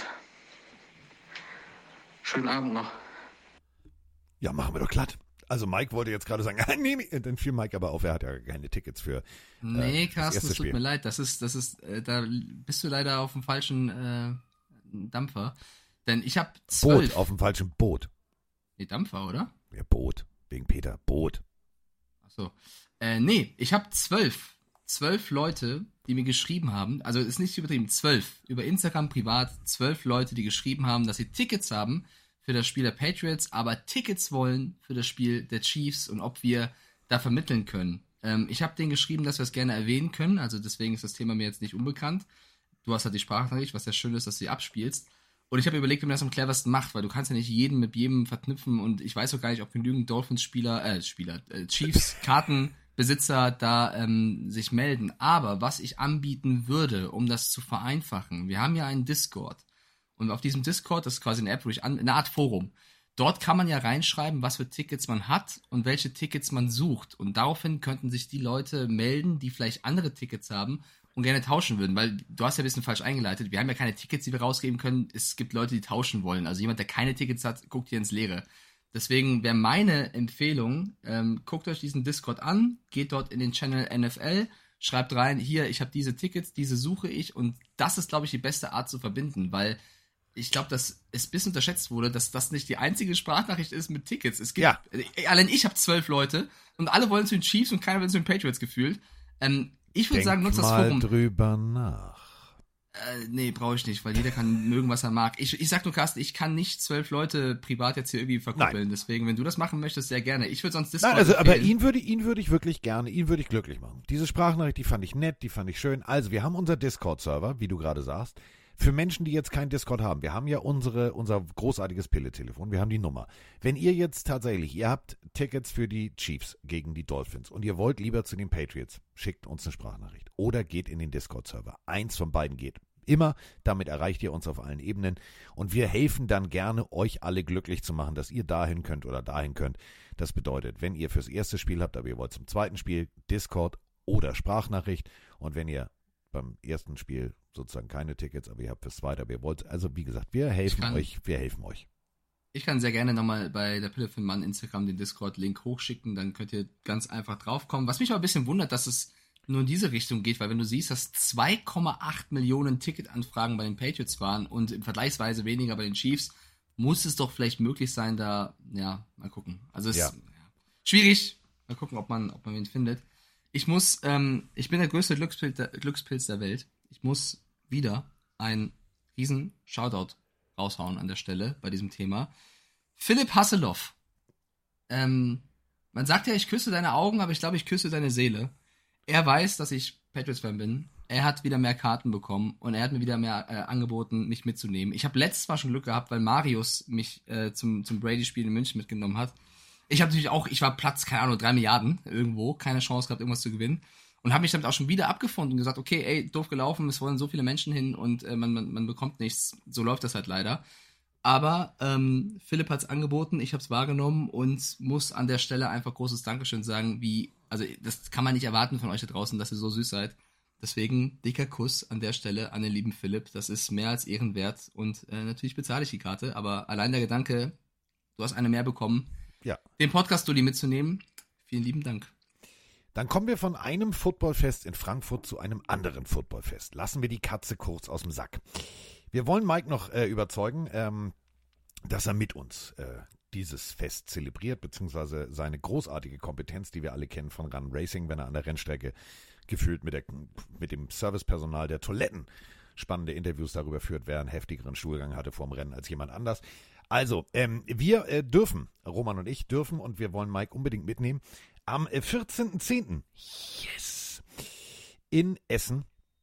Schönen Abend noch. Ja, machen wir doch glatt. Also Mike wollte jetzt gerade sagen, nee, dann fiel Mike aber auf, er hat ja keine Tickets für nee, Carsten, es tut mir leid, das ist, da bist du leider auf dem falschen Dampfer. Denn ich habe 12. Boot, auf dem falschen Boot. Nee, Dampfer, oder? Ja, Boot, wegen Peter, Boot. Achso. Nee, ich habe 12 Leute, die mir geschrieben haben, also ist nicht übertrieben, 12, über Instagram privat, 12 Leute, die geschrieben haben, dass sie Tickets haben für das Spiel der Patriots, aber Tickets wollen für das Spiel der Chiefs und ob wir da vermitteln können. Ich habe denen geschrieben, dass wir es gerne erwähnen können, also deswegen ist das Thema mir jetzt nicht unbekannt. Du hast halt die Sprachnachricht, was ja schön ist, dass du sie abspielst. Und ich habe überlegt, wie man das am cleversten macht, weil du kannst ja nicht jeden mit jedem verknüpfen und ich weiß auch gar nicht, ob genügend Chiefs-Kartenbesitzer da sich melden. Aber was ich anbieten würde, um das zu vereinfachen, wir haben ja einen Discord. Und auf diesem Discord, das ist quasi eine App, eine Art Forum. Dort kann man ja reinschreiben, was für Tickets man hat und welche Tickets man sucht. Und daraufhin könnten sich die Leute melden, die vielleicht andere Tickets haben und gerne tauschen würden. Weil du hast ja ein bisschen falsch eingeleitet. Wir haben ja keine Tickets, die wir rausgeben können. Es gibt Leute, die tauschen wollen. Also jemand, der keine Tickets hat, guckt hier ins Leere. Deswegen wäre meine Empfehlung, guckt euch diesen Discord an, geht dort in den Channel NFL, schreibt rein, hier, ich habe diese Tickets, diese suche ich. Und das ist, glaube ich, die beste Art zu verbinden, weil ich glaube, dass es ein bisschen unterschätzt wurde, dass das nicht die einzige Sprachnachricht ist mit Tickets. Es gibt, allein ich habe 12 Leute und alle wollen zu den Chiefs und keiner will zu den Patriots gefühlt. Ich würde sagen, nutzt das Forum. Denk mal drüber nach. Nee, brauche ich nicht, weil jeder kann mögen, was er mag. Ich sag nur, Carsten, ich kann nicht 12 Leute privat jetzt hier irgendwie verkuppeln. Nein. Deswegen, wenn du das machen möchtest, sehr gerne. Ich würde sonst Discord aber ihn würde ich wirklich gerne, ihn würde ich glücklich machen. Diese Sprachnachricht, die fand ich nett, die fand ich schön. Also, wir haben unser Discord-Server, wie du gerade sagst. Für Menschen, die jetzt kein Discord haben, wir haben ja unser großartiges Pille-Telefon, wir haben die Nummer. Wenn ihr jetzt tatsächlich, ihr habt Tickets für die Chiefs gegen die Dolphins und ihr wollt lieber zu den Patriots, schickt uns eine Sprachnachricht oder geht in den Discord-Server. Eins von beiden geht. Immer, damit erreicht ihr uns auf allen Ebenen und wir helfen dann gerne, euch alle glücklich zu machen, dass ihr dahin könnt oder dahin könnt. Das bedeutet, wenn ihr fürs erste Spiel habt, aber ihr wollt zum zweiten Spiel, Discord oder Sprachnachricht und wenn ihr beim ersten Spiel sozusagen keine Tickets, aber ihr habt fürs zweite, aber ihr wollt, also wie gesagt, wir helfen euch. Ich kann sehr gerne nochmal bei der Pille für den Mann Instagram den Discord-Link hochschicken, dann könnt ihr ganz einfach draufkommen. Was mich aber ein bisschen wundert, dass es nur in diese Richtung geht, weil wenn du siehst, dass 2,8 Millionen Ticketanfragen bei den Patriots waren und vergleichsweise weniger bei den Chiefs, muss es doch vielleicht möglich sein, da, ja, mal gucken. Also es ist schwierig, mal gucken, ob man wen findet. Ich bin der größte Glückspilz der Welt. ich muss wieder einen riesen Shoutout raushauen an der Stelle bei diesem Thema. Philipp Hasselhoff. Man sagt ja, ich küsse deine Augen, aber ich glaube, ich küsse deine Seele. Er weiß, dass ich Patriots-Fan bin. Er hat wieder mehr Karten bekommen und er hat mir wieder mehr angeboten, mich mitzunehmen. Ich habe letztes Mal schon Glück gehabt, weil Marius mich zum Brady-Spiel in München mitgenommen hat. Ich habe natürlich auch, ich war Platz, keine Ahnung, 3 Milliarden irgendwo, keine Chance gehabt, irgendwas zu gewinnen. Und habe mich damit auch schon wieder abgefunden und gesagt, okay, ey, doof gelaufen, es wollen so viele Menschen hin und man bekommt nichts. So läuft das halt leider. Aber Philipp hat's angeboten, ich habe es wahrgenommen und muss an der Stelle einfach großes Dankeschön sagen, also das kann man nicht erwarten von euch da draußen, dass ihr so süß seid. Deswegen dicker Kuss an der Stelle an den lieben Philipp. Das ist mehr als ehrenwert und natürlich bezahle ich die Karte, aber allein der Gedanke, du hast eine mehr bekommen, den Podcast-Dulli mitzunehmen, vielen lieben Dank. Dann kommen wir von einem Footballfest in Frankfurt zu einem anderen Footballfest. Lassen wir die Katze kurz aus dem Sack. Wir wollen Mike noch überzeugen, dass er mit uns dieses Fest zelebriert, beziehungsweise seine großartige Kompetenz, die wir alle kennen von Run Racing, wenn er an der Rennstrecke gefühlt mit dem Servicepersonal der Toiletten spannende Interviews darüber führt, wer einen heftigeren Stuhlgang hatte vorm Rennen als jemand anders. Also, wir dürfen, Roman und ich dürfen, und wir wollen Mike unbedingt mitnehmen, am 14.10. Yes! In Essen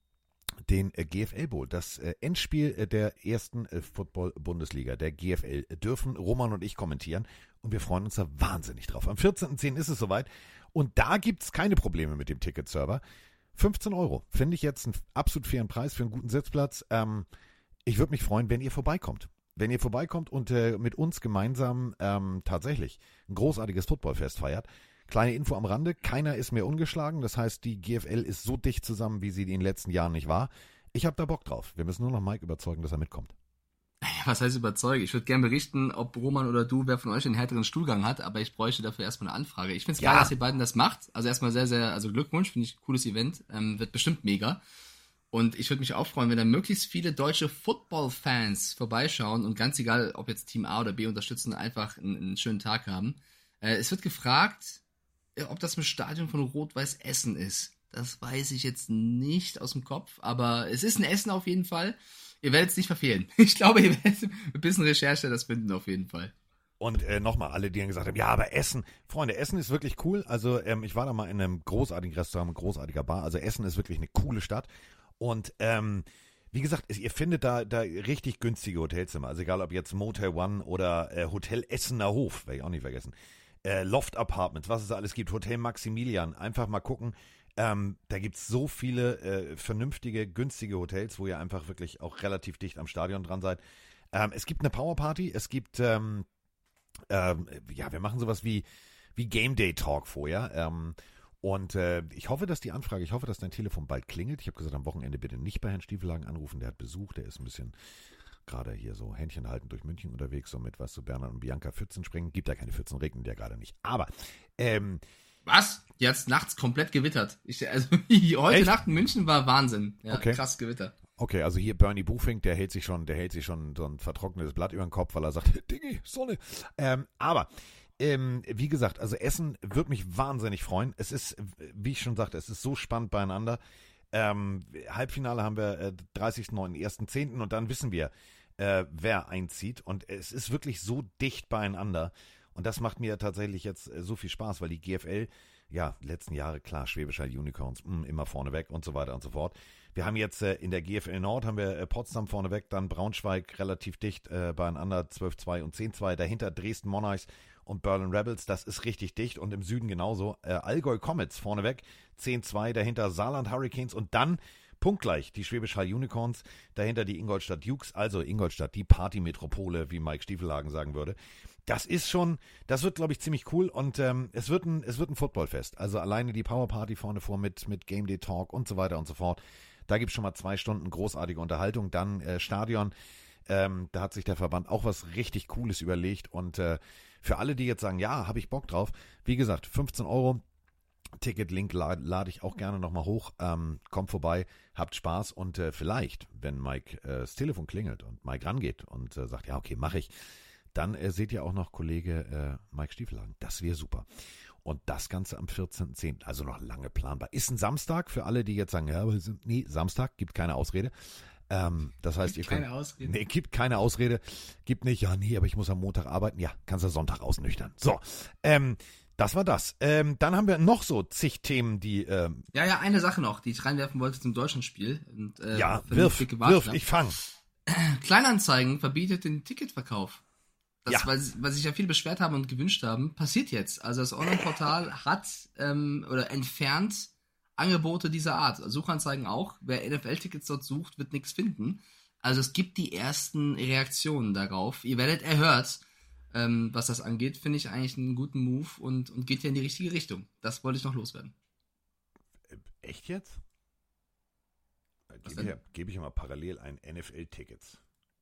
den GFL Bowl, das Endspiel der ersten Football-Bundesliga, der GFL, dürfen Roman und ich kommentieren und wir freuen uns da wahnsinnig drauf. Am 14.10. ist es soweit und da gibt es keine Probleme mit dem Ticketserver. 15 €, finde ich jetzt einen absolut fairen Preis für einen guten Sitzplatz. Ich würde mich freuen, wenn ihr vorbeikommt. Wenn ihr vorbeikommt und mit uns gemeinsam tatsächlich ein großartiges Footballfest feiert. Kleine Info am Rande, keiner ist mehr ungeschlagen, das heißt, die GFL ist so dicht zusammen, wie sie in den letzten Jahren nicht war. Ich habe da Bock drauf. Wir müssen nur noch Mike überzeugen, dass er mitkommt. Was heißt überzeugen? Ich würde gerne berichten, ob Roman oder du, wer von euch den härteren Stuhlgang hat, aber ich bräuchte dafür erstmal eine Anfrage. Ich finde es geil, dass ihr beiden das macht. Also erstmal sehr, sehr, also Glückwunsch, finde ich ein cooles Event, wird bestimmt mega. Und ich würde mich auch freuen, wenn da möglichst viele deutsche Football-Fans vorbeischauen und ganz egal, ob jetzt Team A oder B unterstützen, einfach einen schönen Tag haben. Es wird gefragt, ob das im Stadion von Rot-Weiß Essen ist. Das weiß ich jetzt nicht aus dem Kopf, aber es ist ein Essen auf jeden Fall. Ihr werdet es nicht verfehlen. Ich glaube, ihr werdet mit ein bisschen Recherche das finden auf jeden Fall. Und nochmal, alle, die dann gesagt haben, ja, aber Essen, Freunde, Essen ist wirklich cool. Also ich war da mal in einem großartigen Restaurant, ein großartiger Bar. Also Essen ist wirklich eine coole Stadt. Und wie gesagt, ihr findet da richtig günstige Hotelzimmer. Also egal, ob jetzt Motel One oder Hotel Essener Hof, werde ich auch nicht vergessen. Loft Apartments, was es da alles gibt, Hotel Maximilian, einfach mal gucken. Da gibt es so viele vernünftige, günstige Hotels, wo ihr einfach wirklich auch relativ dicht am Stadion dran seid. Es gibt eine Powerparty, es gibt, wir machen sowas wie Game Day Talk vorher. Und ich hoffe, dass dein Telefon bald klingelt. Ich habe gesagt, am Wochenende bitte nicht bei Herrn Stiefelhagen anrufen, der hat Besuch, der ist ein bisschen gerade hier so Händchen halten durch München unterwegs, so mit was zu Bernhard und Bianca Pfützen springen. Gibt ja keine Pfützen, regnet ja gerade nicht. Aber, was? Die hat's nachts komplett gewittert. Heute Echt? Nacht in München war Wahnsinn. Ja, okay. Krass Gewitter. Okay, also hier Bernie Buchfink, der hält sich schon so ein vertrocknetes Blatt über den Kopf, weil er sagt, Diggi, Sonne. Aber wie gesagt, also Essen wird mich wahnsinnig freuen. Es ist, wie ich schon sagte, es ist so spannend beieinander. Halbfinale haben wir 30.09., 1.10. und dann wissen wir, wer einzieht. Und es ist wirklich so dicht beieinander. Und das macht mir tatsächlich jetzt so viel Spaß, weil die GFL, ja, letzten Jahre, klar, Schwäbisch Hall Unicorns, immer vorneweg und so weiter und so fort. Wir haben jetzt in der GFL Nord haben wir Potsdam vorneweg, dann Braunschweig relativ dicht beieinander, 12-2 und 10-2. Dahinter Dresden Monarchs und Berlin Rebels, das ist richtig dicht. Und im Süden genauso. Allgäu Comets vorneweg, 10-2, dahinter Saarland Hurricanes und dann punktgleich die Schwäbisch Hall Unicorns, dahinter die Ingolstadt Dukes, also Ingolstadt, die Partymetropole, wie Mike Stiefelhagen sagen würde. Das wird, glaube ich, ziemlich cool und es wird ein Footballfest. Also alleine die Powerparty vorne vor mit Game Day Talk und so weiter und so fort. Da gibt es schon mal 2 Stunden großartige Unterhaltung. Dann Stadion, da hat sich der Verband auch was richtig Cooles überlegt und für alle, die jetzt sagen, ja, habe ich Bock drauf, wie gesagt, 15 €, Ticket-Link lade ich auch gerne nochmal hoch, kommt vorbei, habt Spaß und vielleicht, wenn Mike das Telefon klingelt und Mike rangeht und sagt, ja, okay, mache ich, dann seht ihr auch noch Kollege Mike Stiefelhagen. Das wäre super. und das Ganze am 14.10., also noch lange planbar. Ist ein Samstag für alle, die jetzt sagen, ja, aber nee, Samstag, gibt keine Ausrede. Das heißt, ihr könnt... Nee, gibt keine Ausrede. Gibt nicht, ja, nee, aber ich muss am Montag arbeiten. Ja, kannst du Sonntag ausnüchtern. So, das war das. Dann haben wir noch so zig Themen, die... Ja, eine Sache noch, die ich reinwerfen wollte zum Deutschlandspiel. Und, wirf, ich fang. Kleinanzeigen verbietet den Ticketverkauf. Das, weil sich ja viele beschwert haben und gewünscht haben, passiert jetzt. Also das Online-Portal hat oder entfernt Angebote dieser Art. Suchanzeigen auch. Wer NFL-Tickets dort sucht, wird nichts finden. Also es gibt die ersten Reaktionen darauf. Ihr werdet erhört, was das angeht. Finde ich eigentlich einen guten Move und geht ja in die richtige Richtung. Das wollte ich noch loswerden. Echt jetzt? Gebe ich mal parallel ein NFL-Tickets.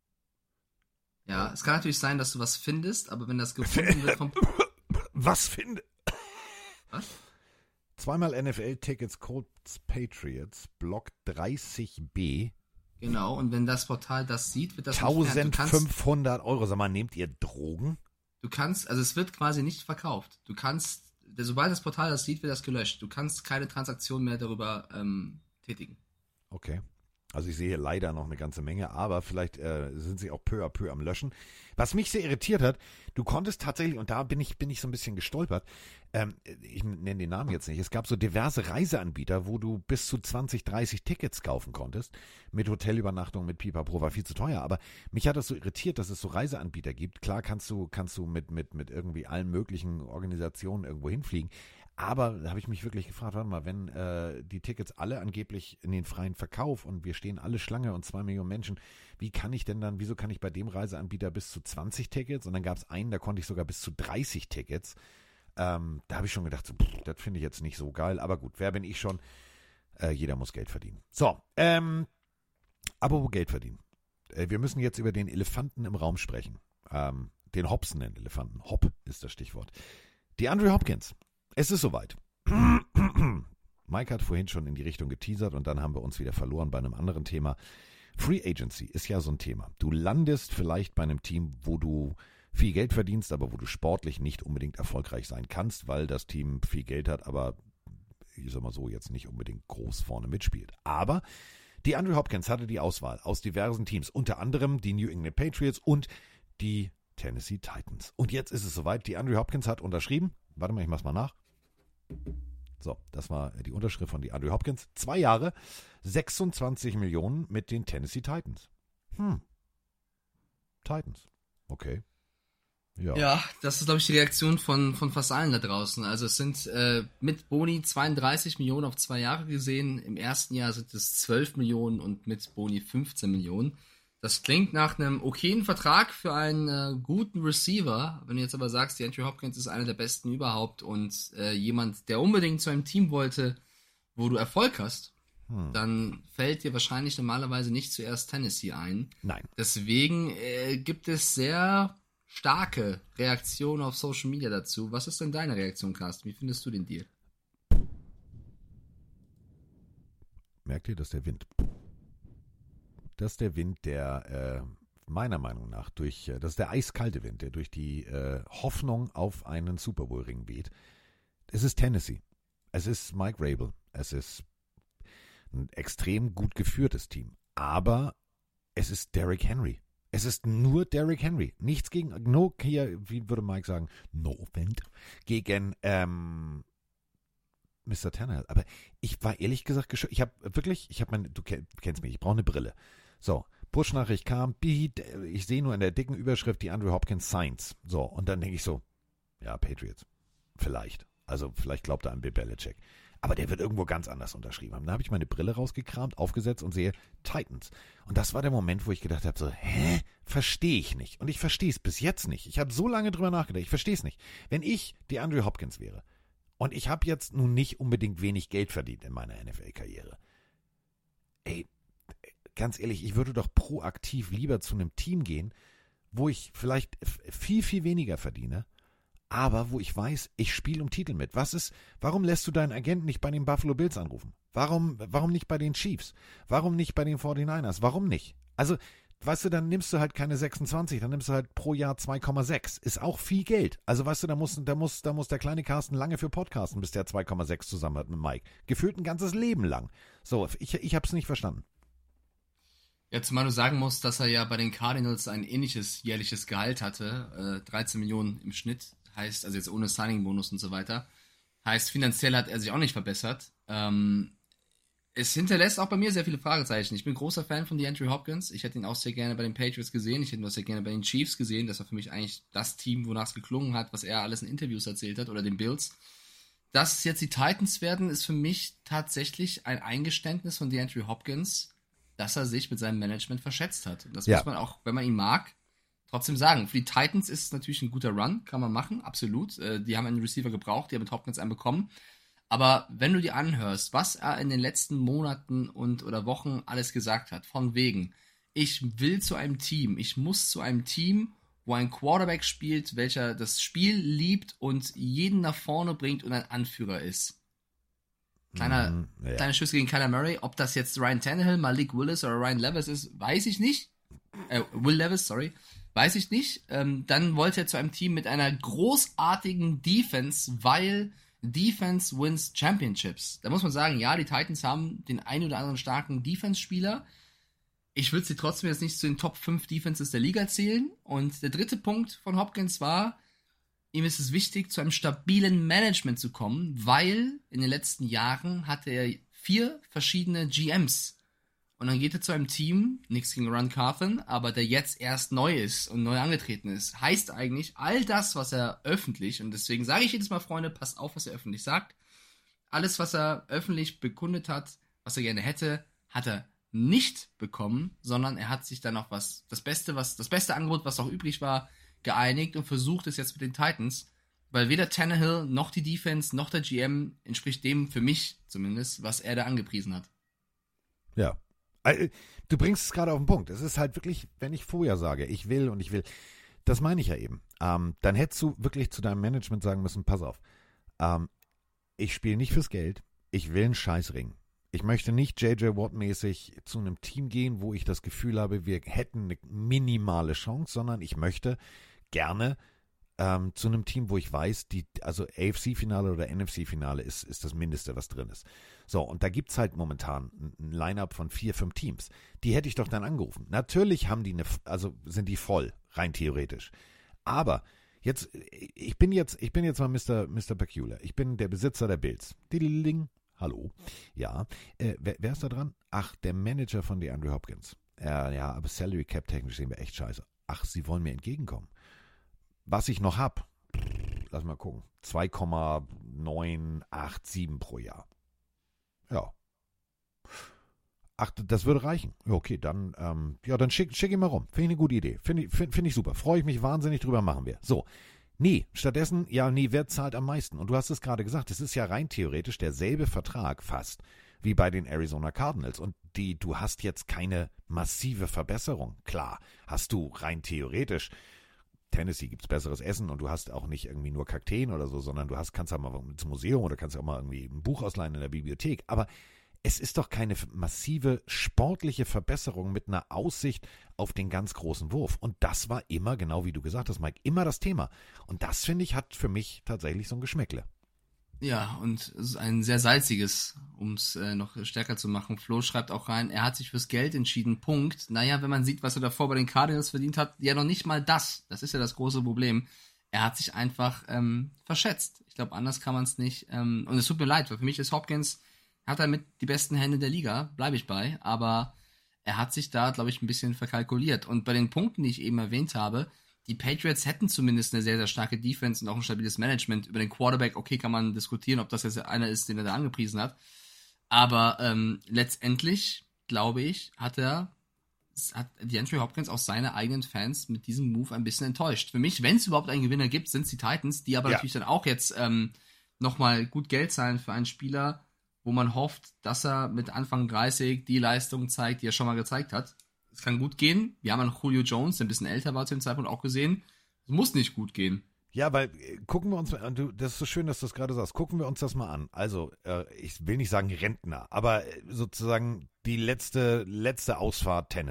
Ja, es kann natürlich sein, dass du was findest, aber wenn das gefunden wird vom... Was finde? Was? Zweimal NFL-Tickets, Colts Patriots, Block 30b. Genau, und wenn das Portal das sieht, wird das 1.500 Euro. Sag mal, nehmt ihr Drogen? Du kannst, also es wird quasi nicht verkauft. Du kannst, sobald das Portal das sieht, wird das gelöscht. Du kannst keine Transaktion mehr darüber tätigen. Okay. Also ich sehe hier leider noch eine ganze Menge, aber vielleicht sind sie auch peu à peu am Löschen. Was mich sehr irritiert hat, du konntest tatsächlich, und da bin ich so ein bisschen gestolpert, ich nenne den Namen jetzt nicht, es gab so diverse Reiseanbieter, wo du bis zu 20, 30 Tickets kaufen konntest, mit Hotelübernachtung, mit Pipapo, war viel zu teuer, aber mich hat das so irritiert, dass es so Reiseanbieter gibt. Klar kannst du mit irgendwie allen möglichen Organisationen irgendwo hinfliegen, aber da habe ich mich wirklich gefragt, warte mal, wenn die Tickets alle angeblich in den freien Verkauf und wir stehen alle Schlange und 2 Millionen Menschen, wieso kann ich bei dem Reiseanbieter bis zu 20 Tickets und dann gab es einen, da konnte ich sogar bis zu 30 Tickets. Da habe ich schon gedacht, so, das finde ich jetzt nicht so geil, aber gut, wer bin ich schon? Jeder muss Geld verdienen. So, apropos Geld verdienen. Wir müssen jetzt über den Elefanten im Raum sprechen. Den hopsenden Elefanten. Hop ist das Stichwort. DeAndre Hopkins. Es ist soweit. Mike hat vorhin schon in die Richtung geteasert und dann haben wir uns wieder verloren bei einem anderen Thema. Free Agency ist ja so ein Thema. Du landest vielleicht bei einem Team, wo du viel Geld verdienst, aber wo du sportlich nicht unbedingt erfolgreich sein kannst, weil das Team viel Geld hat, aber ich sag mal so, jetzt nicht unbedingt groß vorne mitspielt. Aber DeAndre Hopkins hatte die Auswahl aus diversen Teams, unter anderem die New England Patriots und die Tennessee Titans. Und jetzt ist es soweit. DeAndre Hopkins hat unterschrieben. Warte mal, ich mach's mal nach. So, das war die Unterschrift von DeAndre Hopkins. 2 Jahre, 26 Millionen mit den Tennessee Titans. Titans. Okay. Ja, das ist, glaube ich, die Reaktion von fast allen da draußen. Also es sind mit Boni 32 Millionen auf 2 Jahre gesehen. Im ersten Jahr sind es 12 Millionen und mit Boni 15 Millionen. Das klingt nach einem okayen Vertrag für einen guten Receiver. Wenn du jetzt aber sagst, DeAndre Hopkins ist einer der besten überhaupt und jemand, der unbedingt zu einem Team wollte, wo du Erfolg hast, dann fällt dir wahrscheinlich normalerweise nicht zuerst Tennessee ein. Nein. Deswegen gibt es sehr starke Reaktionen auf Social Media dazu. Was ist denn deine Reaktion, Carsten? Wie findest du den Deal? Merkt ihr, dass der Wind... Das ist der Wind, der meiner Meinung nach das ist der eiskalte Wind, der durch die Hoffnung auf einen Super Bowl Ring weht. Es ist Tennessee. Es ist Mike Vrabel. Es ist ein extrem gut geführtes Team. Aber es ist Derrick Henry. Es ist nur Derrick Henry. Nichts gegen, wie würde Mike sagen, no offense, gegen Mr. Tannehill. Aber ich war ehrlich gesagt du kennst mich, ich brauche eine Brille. So, Push-Nachricht kam, ich sehe nur in der dicken Überschrift DeAndre Hopkins Signs. So, und dann denke ich so, ja, Patriots. Vielleicht. Also vielleicht glaubt er an Bill Belichick. Aber der wird irgendwo ganz anders unterschrieben haben. Da habe ich meine Brille rausgekramt, aufgesetzt und sehe Titans. Und das war der Moment, wo ich gedacht habe, so, verstehe ich nicht. Und ich verstehe es bis jetzt nicht. Ich habe so lange drüber nachgedacht, ich verstehe es nicht. Wenn ich DeAndre Hopkins wäre und ich habe jetzt nun nicht unbedingt wenig Geld verdient in meiner NFL-Karriere. Ganz ehrlich, ich würde doch proaktiv lieber zu einem Team gehen, wo ich vielleicht viel, viel weniger verdiene, aber wo ich weiß, ich spiele um Titel mit. Warum lässt du deinen Agenten nicht bei den Buffalo Bills anrufen? Warum nicht bei den Chiefs? Warum nicht bei den 49ers? Warum nicht? Also, weißt du, dann nimmst du halt keine 26, dann nimmst du halt pro Jahr 2,6. Ist auch viel Geld. Also weißt du, da muss der kleine Carsten lange für podcasten, bis der 2,6 zusammen hat mit Mike. Gefühlt ein ganzes Leben lang. So, ich hab's nicht verstanden. Ja, zumal du sagen musst, dass er ja bei den Cardinals ein ähnliches jährliches Gehalt hatte, 13 Millionen im Schnitt, heißt, also jetzt ohne Signing-Bonus und so weiter, heißt, finanziell hat er sich auch nicht verbessert. Es hinterlässt auch bei mir sehr viele Fragezeichen. Ich bin großer Fan von DeAndre Hopkins. Ich hätte ihn auch sehr gerne bei den Patriots gesehen. Ich hätte ihn auch sehr gerne bei den Chiefs gesehen. Das war für mich eigentlich das Team, wonach es geklungen hat, was er alles in Interviews erzählt hat, oder den Bills. Dass es jetzt die Titans werden, ist für mich tatsächlich ein Eingeständnis von DeAndre Hopkins, dass er sich mit seinem Management verschätzt hat. Und das muss man auch, wenn man ihn mag, trotzdem sagen. Für die Titans ist es natürlich ein guter Run, kann man machen, absolut. Die haben einen Receiver gebraucht, die haben mit Hopkins einen bekommen. Aber wenn du dir anhörst, was er in den letzten Monaten oder Wochen alles gesagt hat, von wegen, ich will zu einem Team, ich muss zu einem Team, wo ein Quarterback spielt, welcher das Spiel liebt und jeden nach vorne bringt und ein Anführer ist. Kleiner Schuss gegen Kyler Murray. Ob das jetzt Ryan Tannehill, Malik Willis oder Ryan Levis ist, weiß ich nicht. Will Levis, sorry. Weiß ich nicht. Dann wollte er zu einem Team mit einer großartigen Defense, weil Defense wins Championships. Da muss man sagen, ja, die Titans haben den einen oder anderen starken Defense-Spieler. Ich würde sie trotzdem jetzt nicht zu den Top 5 Defenses der Liga zählen. Und der dritte Punkt von Hopkins war, ihm ist es wichtig, zu einem stabilen Management zu kommen, weil in den letzten Jahren hatte er 4 verschiedene GMs. Und dann geht er zu einem Team, nichts gegen Ron Carthon, aber der jetzt erst neu ist und neu angetreten ist. Heißt eigentlich, all das, was er öffentlich, und deswegen sage ich jedes Mal, Freunde, passt auf, was er öffentlich sagt. Alles, was er öffentlich bekundet hat, was er gerne hätte, hat er nicht bekommen, sondern er hat sich dann auf das beste Angebot, was noch übrig war, geeinigt und versucht es jetzt mit den Titans, weil weder Tannehill noch die Defense noch der GM entspricht dem, für mich zumindest, was er da angepriesen hat. Ja. Du bringst es gerade auf den Punkt. Es ist halt wirklich, wenn ich vorher sage, ich will, das meine ich ja eben, dann hättest du wirklich zu deinem Management sagen müssen, pass auf, ich spiele nicht fürs Geld, ich will einen Scheißring. Ich möchte nicht J.J. Watt-mäßig zu einem Team gehen, wo ich das Gefühl habe, wir hätten eine minimale Chance, sondern ich möchte gerne zu einem Team, wo ich weiß, also AFC-Finale oder NFC-Finale ist das Mindeste, was drin ist. So, und da gibt es halt momentan ein Line-Up von 4, 5 Teams. Die hätte ich doch dann angerufen. Natürlich haben die sind die voll, rein theoretisch. Aber ich bin jetzt mal Mr. Peculiar. Ich bin der Besitzer der Bills. Diddling. Hallo. Ja. Wer ist da dran? Ach, der Manager von DeAndre Hopkins. Ja, aber Salary Cap technisch sehen wir echt scheiße. Ach, sie wollen mir entgegenkommen. Was ich noch habe, lass mal gucken, 2,987 pro Jahr. Ja. Ach, das würde reichen. Ja, okay, dann schick ihn mal rum. Finde ich eine gute Idee. Finde ich super. Freue ich mich wahnsinnig drüber, machen wir. So. Nee, stattdessen, wer zahlt am meisten? Und du hast es gerade gesagt, es ist ja rein theoretisch derselbe Vertrag fast wie bei den Arizona Cardinals. Und du hast jetzt keine massive Verbesserung. Klar, hast du rein theoretisch. Tennessee gibt es besseres Essen und du hast auch nicht irgendwie nur Kakteen oder so, sondern kannst auch mal ins Museum oder kannst auch mal irgendwie ein Buch ausleihen in der Bibliothek. Aber es ist doch keine massive sportliche Verbesserung mit einer Aussicht auf den ganz großen Wurf. Und das war immer, genau wie du gesagt hast, Mike, immer das Thema. Und das, finde ich, hat für mich tatsächlich so ein Geschmäckle. Ja, und es ist ein sehr salziges, um es noch stärker zu machen. Flo schreibt auch rein, er hat sich fürs Geld entschieden, Punkt. Naja, wenn man sieht, was er davor bei den Cardinals verdient hat, ja noch nicht mal das. Das ist ja das große Problem. Er hat sich einfach verschätzt. Ich glaube, anders kann man es nicht. Und es tut mir leid, weil für mich ist Hopkins, hat er mit die besten Hände der Liga, bleibe ich bei. Aber er hat sich da, glaube ich, ein bisschen verkalkuliert. Und bei den Punkten, die ich eben erwähnt habe, die Patriots hätten zumindest eine sehr, sehr starke Defense und auch ein stabiles Management. Über den Quarterback, okay, kann man diskutieren, ob das jetzt einer ist, den er da angepriesen hat. Aber letztendlich, glaube ich, hat DeAndre Hopkins auch seine eigenen Fans mit diesem Move ein bisschen enttäuscht. Für mich, wenn es überhaupt einen Gewinner gibt, sind es die Titans, die aber natürlich dann auch jetzt nochmal gut Geld zahlen für einen Spieler, wo man hofft, dass er mit Anfang 30 die Leistung zeigt, die er schon mal gezeigt hat. Es kann gut gehen. Wir haben einen Julio Jones, der ein bisschen älter war zu dem Zeitpunkt, auch gesehen. Es muss nicht gut gehen. Ja, weil gucken wir uns, das ist so schön, dass du das gerade sagst, gucken wir uns das mal an. Also, ich will nicht sagen Rentner, aber sozusagen die letzte Ausfahrt Tennessee.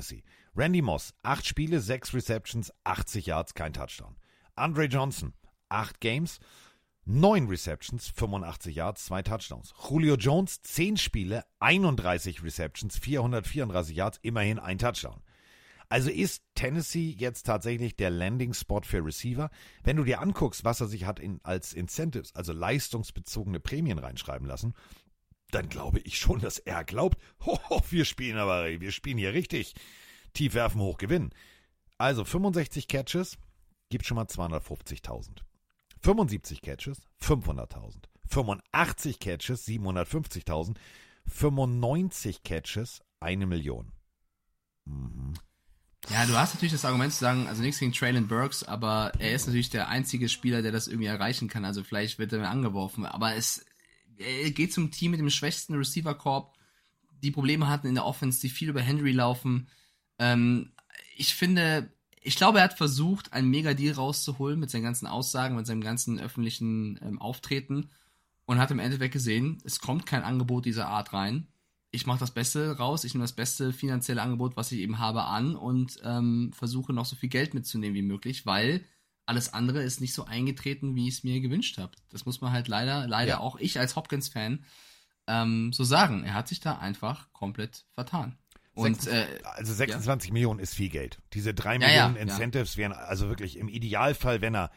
Randy Moss, 8 Spiele, 6 Receptions, 80 Yards, kein Touchdown. Andre Johnson, 8 Games, 9 Receptions, 85 Yards, 2 Touchdowns. Julio Jones, 10 Spiele, 31 Receptions, 434 Yards, immerhin ein Touchdown. Also ist Tennessee jetzt tatsächlich der Landing-Spot für Receiver? Wenn du dir anguckst, was er sich hat als Incentives, also leistungsbezogene Prämien reinschreiben lassen, dann glaube ich schon, dass er glaubt, wir spielen hier richtig. Tief werfen, hoch gewinnen. Also 65 Catches, gibt schon mal 250.000. 75 Catches, 500.000. 85 Catches, 750.000. 95 Catches, 1 Million. Mhm. Ja, du hast natürlich das Argument zu sagen, also nichts gegen Traylon Burks, aber er ist natürlich der einzige Spieler, der das irgendwie erreichen kann. Also vielleicht wird er mir angeworfen. Aber er geht zum Team mit dem schwächsten Receiver-Corps, die Probleme hatten in der Offense, die viel über Henry laufen. Ich glaube, er hat versucht, einen Mega-Deal rauszuholen mit seinen ganzen Aussagen, mit seinem ganzen öffentlichen Auftreten und hat im Endeffekt gesehen, es kommt kein Angebot dieser Art rein. Ich mache das Beste raus, ich nehme das beste finanzielle Angebot, was ich eben habe, an und versuche noch so viel Geld mitzunehmen wie möglich, weil alles andere ist nicht so eingetreten, wie ich es mir gewünscht habe. Das muss man halt leider auch ich als Hopkins-Fan so sagen. Er hat sich da einfach komplett vertan. Und, 26 Millionen ist viel Geld. Diese 3 Millionen Incentives wären also wirklich im Idealfall, wenn er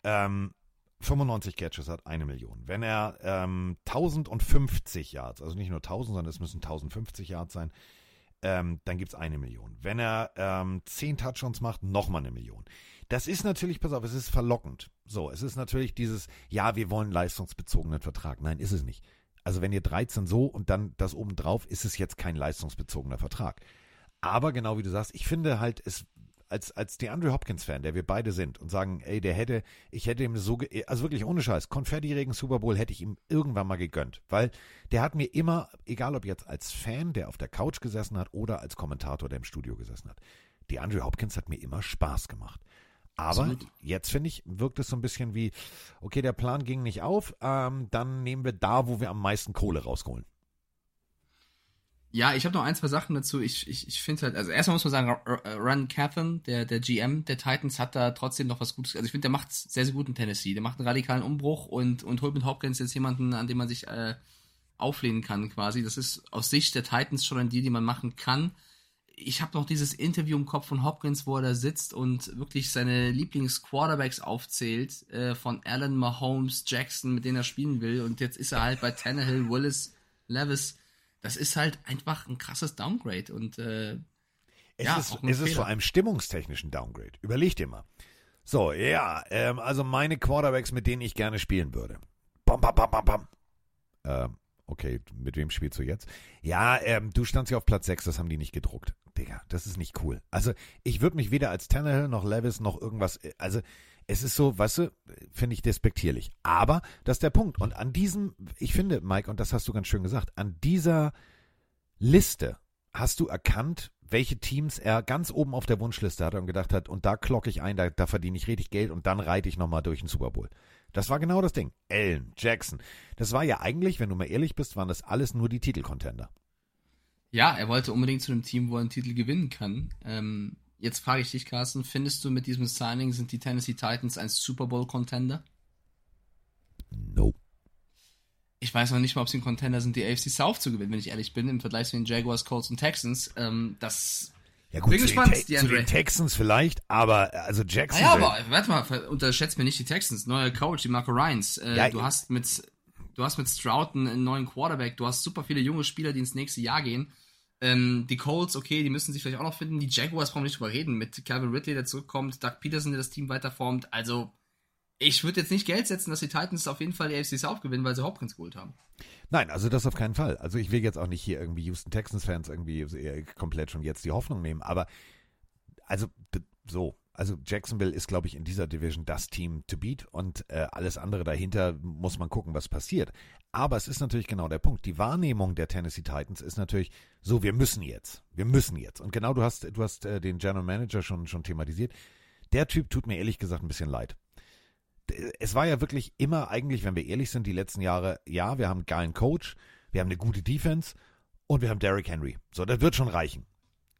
95 Catches hat, 1 Million. Wenn er 1050 Yards, also nicht nur 1000, sondern es müssen 1050 Yards sein, dann gibt es 1 Million. Wenn er 10 Touchdowns macht, nochmal 1 Million. Das ist natürlich, pass auf, es ist verlockend. So, es ist natürlich dieses, ja, wir wollen einen leistungsbezogenen Vertrag. Nein, ist es nicht. Also wenn ihr 13 so und dann das obendrauf, ist es jetzt kein leistungsbezogener Vertrag. Aber genau wie du sagst, ich finde halt, es als DeAndre Hopkins-Fan, der wir beide sind und sagen, ey, ich hätte ihm so, also wirklich ohne Scheiß, Konfetti-Regen Super Bowl hätte ich ihm irgendwann mal gegönnt. Weil der hat mir immer, egal ob jetzt als Fan, der auf der Couch gesessen hat oder als Kommentator, der im Studio gesessen hat, DeAndre Hopkins hat mir immer Spaß gemacht. Aber absolut. Jetzt, finde ich, wirkt es so ein bisschen wie, okay, der Plan ging nicht auf, dann nehmen wir da, wo wir am meisten Kohle rausholen. Ja, ich habe noch 1, 2 Sachen dazu. Ich finde halt, also erstmal muss man sagen, Ron Cathan, der GM der Titans, hat da trotzdem noch was Gutes. Also ich finde, der macht es sehr, sehr gut in Tennessee. Der macht einen radikalen Umbruch und holt mit Hopkins jetzt jemanden, an dem man sich auflehnen kann quasi. Das ist aus Sicht der Titans schon ein Deal, den man machen kann. Ich habe noch dieses Interview im Kopf von Hopkins, wo er da sitzt und wirklich seine Lieblings-Quarterbacks aufzählt, von Allen, Mahomes, Jackson, mit denen er spielen will. Und jetzt ist er halt bei Tannehill, Willis, Levis. Das ist halt einfach ein krasses Downgrade. Und es ist vor allem stimmungstechnisch ein Downgrade. Überleg dir mal. So, ja, also meine Quarterbacks, mit denen ich gerne spielen würde. Bam, bam, bam, bam, bam. Okay, mit wem spielst du jetzt? Ja, du standst ja auf Platz 6, das haben die nicht gedruckt. Digga, das ist nicht cool. Also, ich würde mich weder als Tannehill noch Levis noch irgendwas, also, es ist so, weißt du, finde ich despektierlich. Aber das ist der Punkt. Und an diesem, ich finde, Mike, und das hast du ganz schön gesagt, an dieser Liste hast du erkannt, welche Teams er ganz oben auf der Wunschliste hatte und gedacht hat, und da klocke ich ein, da verdiene ich richtig Geld und dann reite ich nochmal durch den Super Bowl. Das war genau das Ding. Allen, Jackson. Das war ja eigentlich, wenn du mal ehrlich bist, waren das alles nur die Titelcontender. Ja, er wollte unbedingt zu einem Team, wo er einen Titel gewinnen kann. Jetzt frage ich dich, Carsten, findest du mit diesem Signing, sind die Tennessee Titans ein Super Bowl-Contender? No. Ich weiß noch nicht mal, ob sie ein Contender sind, die AFC South zu gewinnen, wenn ich ehrlich bin, im Vergleich zu den Jaguars, Colts und Texans. Ja gut, bin gespannt, zu den Texans vielleicht, aber also Jackson. Ja, aber warte mal, unterschätzt mir nicht die Texans. Neuer Coach, die Marco Ryans. Du hast mit Stroud einen neuen Quarterback. Du hast super viele junge Spieler, die ins nächste Jahr gehen. Die Colts, okay, die müssen sich vielleicht auch noch finden. Die Jaguars brauchen wir nicht drüber reden. Mit Calvin Ridley, der zurückkommt, Doug Peterson, der das Team weiterformt. Also, ich würde jetzt nicht Geld setzen, dass die Titans auf jeden Fall die AFC South gewinnen, weil sie Hopkins geholt haben. Nein, also das auf keinen Fall. Also ich will jetzt auch nicht hier irgendwie Houston Texans-Fans irgendwie komplett schon jetzt die Hoffnung nehmen, aber also Jacksonville ist, glaube ich, in dieser Division das Team to beat und alles andere dahinter muss man gucken, was passiert. Aber es ist natürlich genau der Punkt. Die Wahrnehmung der Tennessee Titans ist natürlich so, wir müssen jetzt. Und genau, du hast den General Manager schon thematisiert. Der Typ tut mir ehrlich gesagt ein bisschen leid. Es war ja wirklich immer eigentlich, wenn wir ehrlich sind, die letzten Jahre, ja, wir haben einen geilen Coach, wir haben eine gute Defense und wir haben Derrick Henry. So, das wird schon reichen. Nein,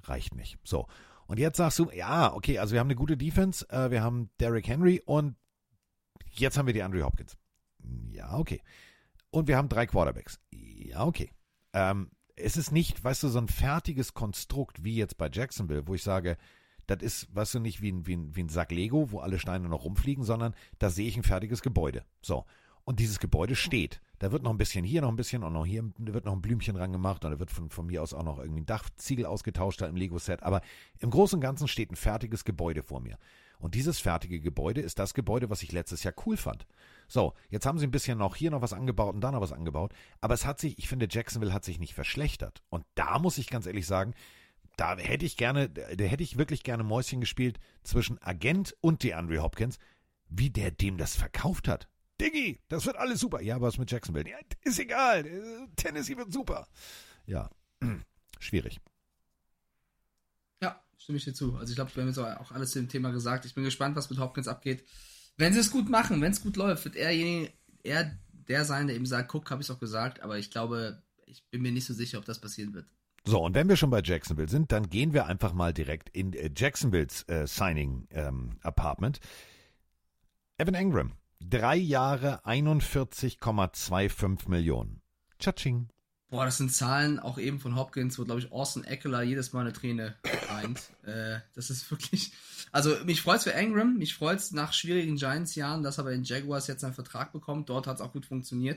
reicht nicht. So, und jetzt sagst du, ja, okay, also wir haben eine gute Defense, wir haben Derrick Henry und jetzt haben wir die Andrew Hopkins. Ja, okay. Und wir haben 3 Quarterbacks. Ja, okay. Es ist nicht, weißt du, so ein fertiges Konstrukt wie jetzt bei Jacksonville, wo ich sage, das ist, weißt du, nicht wie ein Sack Lego, wo alle Steine noch rumfliegen, sondern da sehe ich ein fertiges Gebäude. So. Und dieses Gebäude steht. Da wird noch ein bisschen hier, noch ein bisschen und noch hier wird noch ein Blümchen dran gemacht und da wird von mir aus auch noch irgendwie ein Dachziegel ausgetauscht da im Lego-Set. Aber im Großen und Ganzen steht ein fertiges Gebäude vor mir. Und dieses fertige Gebäude ist das Gebäude, was ich letztes Jahr cool fand. So, jetzt haben sie ein bisschen noch hier noch was angebaut und da noch was angebaut. Aber es hat sich, ich finde, Jacksonville hat sich nicht verschlechtert. Und da muss ich ganz ehrlich sagen, da hätte ich wirklich gerne Mäuschen gespielt zwischen Agent und DeAndre Hopkins, wie der dem das verkauft hat. Diggi, das wird alles super. Ja, aber was mit Jacksonville? Ja, ist egal. Tennessee wird super. Ja, schwierig. Ja, stimme ich dir zu. Also ich glaube, wir haben jetzt auch alles zu dem Thema gesagt. Ich bin gespannt, was mit Hopkins abgeht. Wenn sie es gut machen, wenn es gut läuft, wird er der sein, der eben sagt, guck, habe ich es auch gesagt, aber ich glaube, ich bin mir nicht so sicher, ob das passieren wird. So, und wenn wir schon bei Jacksonville sind, dann gehen wir einfach mal direkt in Jacksonvilles Signing Apartment. Evan Engram, 3 Jahre, 41,25 Millionen. Tschatsching. Boah, das sind Zahlen auch eben von Hopkins, wo, glaube ich, Austin Eckler jedes Mal eine Träne weint. Das ist wirklich... Also, mich freut's für Engram. Mich freut's nach schwierigen Giants-Jahren, dass er bei den Jaguars jetzt einen Vertrag bekommt. Dort hat's auch gut funktioniert.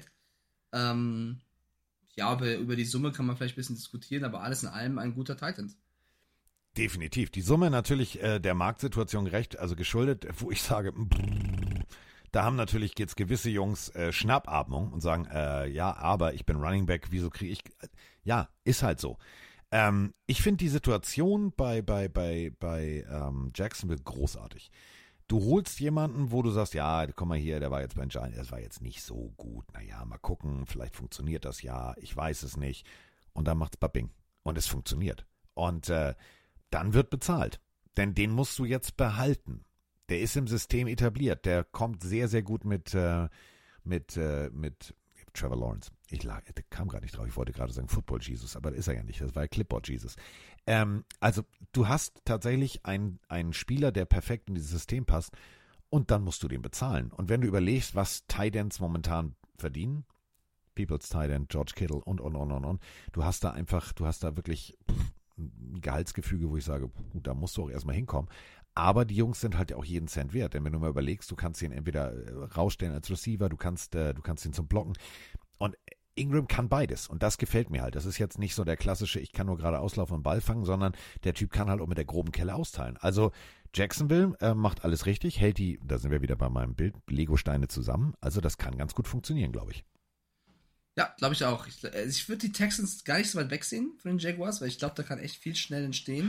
Ja, aber über die Summe kann man vielleicht ein bisschen diskutieren, aber alles in allem ein guter Titan. Definitiv. Die Summe natürlich der Marktsituation gerecht, also geschuldet, wo ich sage, da haben natürlich jetzt gewisse Jungs Schnappatmung und sagen, ja, aber ich bin Running Back, wieso kriege ich... Ja, ist halt so. Ich finde die Situation bei Jacksonville großartig. Du holst jemanden, wo du sagst, ja, komm mal hier, der war jetzt bei den Giants, das war jetzt nicht so gut. Naja, mal gucken, vielleicht funktioniert das ja, ich weiß es nicht. Und dann macht's Babing. Und es funktioniert. Und dann wird bezahlt. Denn den musst du jetzt behalten. Der ist im System etabliert. Der kommt sehr, sehr gut mit Trevor Lawrence. Der kam gerade nicht drauf. Ich wollte gerade sagen Football Jesus, aber das ist er ja nicht. Das war ja Clipboard Jesus. Also du hast tatsächlich einen Spieler, der perfekt in dieses System passt und dann musst du den bezahlen. Und wenn du überlegst, was Tight Ends momentan verdienen, People's Tight End, George Kittle und. Du hast da wirklich ein Gehaltsgefüge, wo ich sage, da musst du auch erstmal hinkommen. Aber die Jungs sind halt auch jeden Cent wert. Denn wenn du mal überlegst, du kannst ihn entweder rausstellen als Receiver, du kannst ihn zum Blocken. Und Ingram kann beides. Und das gefällt mir halt. Das ist jetzt nicht so der klassische, ich kann nur gerade auslaufen und Ball fangen, sondern der Typ kann halt auch mit der groben Kelle austeilen. Also Jacksonville macht alles richtig, hält die, da sind wir wieder bei meinem Bild, Lego-Steine zusammen. Also das kann ganz gut funktionieren, glaube ich. Ja, glaube ich auch. Ich würde die Texans gar nicht so weit wegsehen von den Jaguars, weil ich glaube, da kann echt viel schnell entstehen.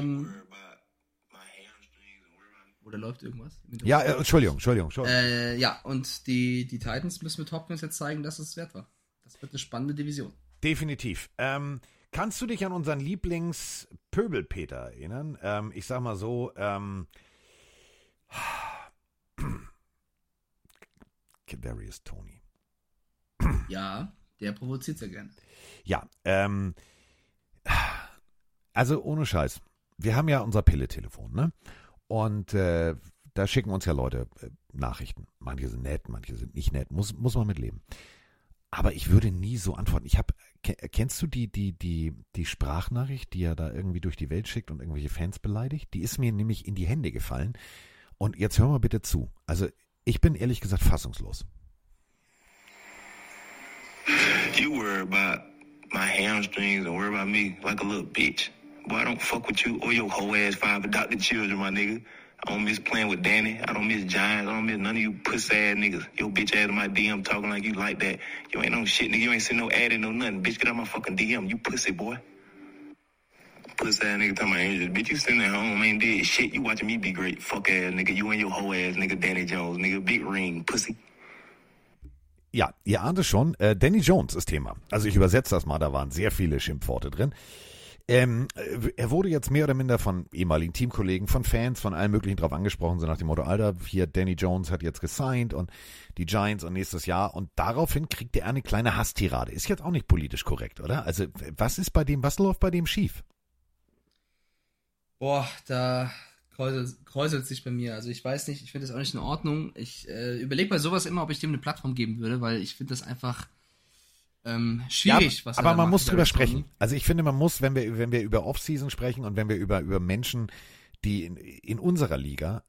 Oder läuft irgendwas? Ja, Entschuldigung. Ja, und die Titans müssen mit Hopkins jetzt zeigen, dass es wert war. Das wird eine spannende Division. Definitiv. Kannst du dich an unseren Lieblings-Pöbelpeter erinnern? Ich sag mal so, Kadarius Toney. Ja, der provoziert sehr gerne. Ja, also ohne Scheiß. Wir haben ja unser Pille-Telefon, ne? Und da schicken uns ja Leute Nachrichten. Manche sind nett, manche sind nicht nett. Muss man mitleben. Aber ich würde nie so antworten. Kennst du die Sprachnachricht, die er da irgendwie durch die Welt schickt und irgendwelche Fans beleidigt? Die ist mir nämlich in die Hände gefallen. Und jetzt hör mal bitte zu. Also ich bin ehrlich gesagt fassungslos. You worry about my hamstrings and worry about me like a little bitch. Boy, I don't fuck with you or your whole ass five adopted children, my nigga. I don't miss playing with Danny. I don't miss Giants. I don't miss none of you pussy ass niggas. Your bitch ass in my DM talking like you like that. You ain't no shit, nigga. You ain't seen no ad and no nothing. Bitch, get out my fucking DM. You pussy, boy. Pussy ass nigga talking about injuries. Bitch, you sitting at home, ain't did shit. You watching me be great. Fuck ass nigga. You and your whole ass nigga, Danny Jones, nigga. Big ring, pussy. Ja, ihr ahnt es schon. Danny Jones ist Thema. Also ich übersetze das mal. Da waren sehr viele Schimpfworte drin. Er wurde jetzt mehr oder minder von ehemaligen Teamkollegen, von Fans, von allen möglichen drauf angesprochen, so nach dem Motto, Alter, hier Danny Jones hat jetzt gesigned und die Giants und nächstes Jahr und daraufhin kriegt er eine kleine Hasstirade. Ist jetzt auch nicht politisch korrekt, oder? Also was läuft bei dem schief? Boah, da kräuselt sich bei mir. Also ich weiß nicht, ich finde das auch nicht in Ordnung. Ich überlege bei sowas immer, ob ich dem eine Plattform geben würde, weil ich finde das einfach schwierig, ja, was aber er da man macht, muss drüber Darius sprechen. Toney. Also ich finde, man muss, wenn wir über Offseason sprechen und wenn wir über Menschen, die in unserer Liga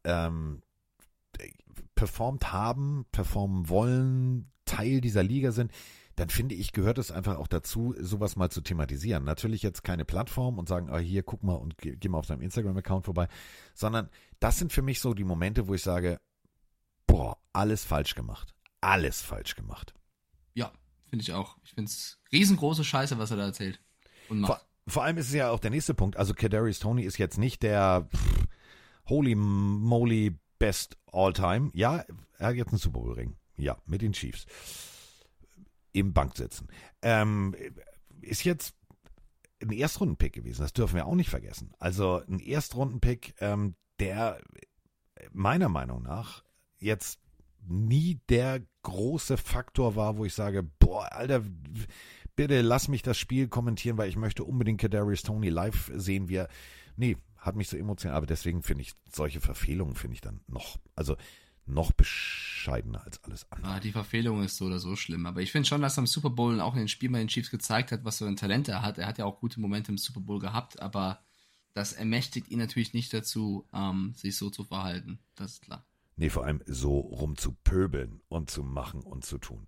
performt haben, performen wollen, Teil dieser Liga sind, dann finde ich, gehört es einfach auch dazu, sowas mal zu thematisieren. Natürlich jetzt keine Plattform und sagen, hier, guck mal und geh mal auf deinem Instagram-Account vorbei, sondern das sind für mich so die Momente, wo ich sage, boah, alles falsch gemacht. Alles falsch gemacht. Ja, finde ich auch. Ich finde es riesengroße Scheiße, was er da erzählt und macht. Vor allem ist es ja auch der nächste Punkt. Also Kadarius Toney ist jetzt nicht der holy moly best all time. Ja, er hat jetzt einen Super Bowl Ring. Ja, mit den Chiefs. Im Banksitzen. Ist jetzt ein Erstrunden-Pick gewesen. Das dürfen wir auch nicht vergessen. Also ein Erstrunden-Pick, der meiner Meinung nach jetzt nie der große Faktor war, wo ich sage, boah, Alter, bitte lass mich das Spiel kommentieren, weil ich möchte unbedingt Kadarius Toney live sehen. Nee, hat mich so emotional, aber deswegen finde ich solche Verfehlungen finde ich dann noch bescheidener als alles andere. Die Verfehlung ist so oder so schlimm, aber ich finde schon, dass er im Super Bowl auch in den Spielen bei den Chiefs gezeigt hat, was für ein Talent er hat. Er hat ja auch gute Momente im Super Bowl gehabt, aber das ermächtigt ihn natürlich nicht dazu, sich so zu verhalten. Das ist klar. Nee, vor allem so rumzupöbeln und zu machen und zu tun.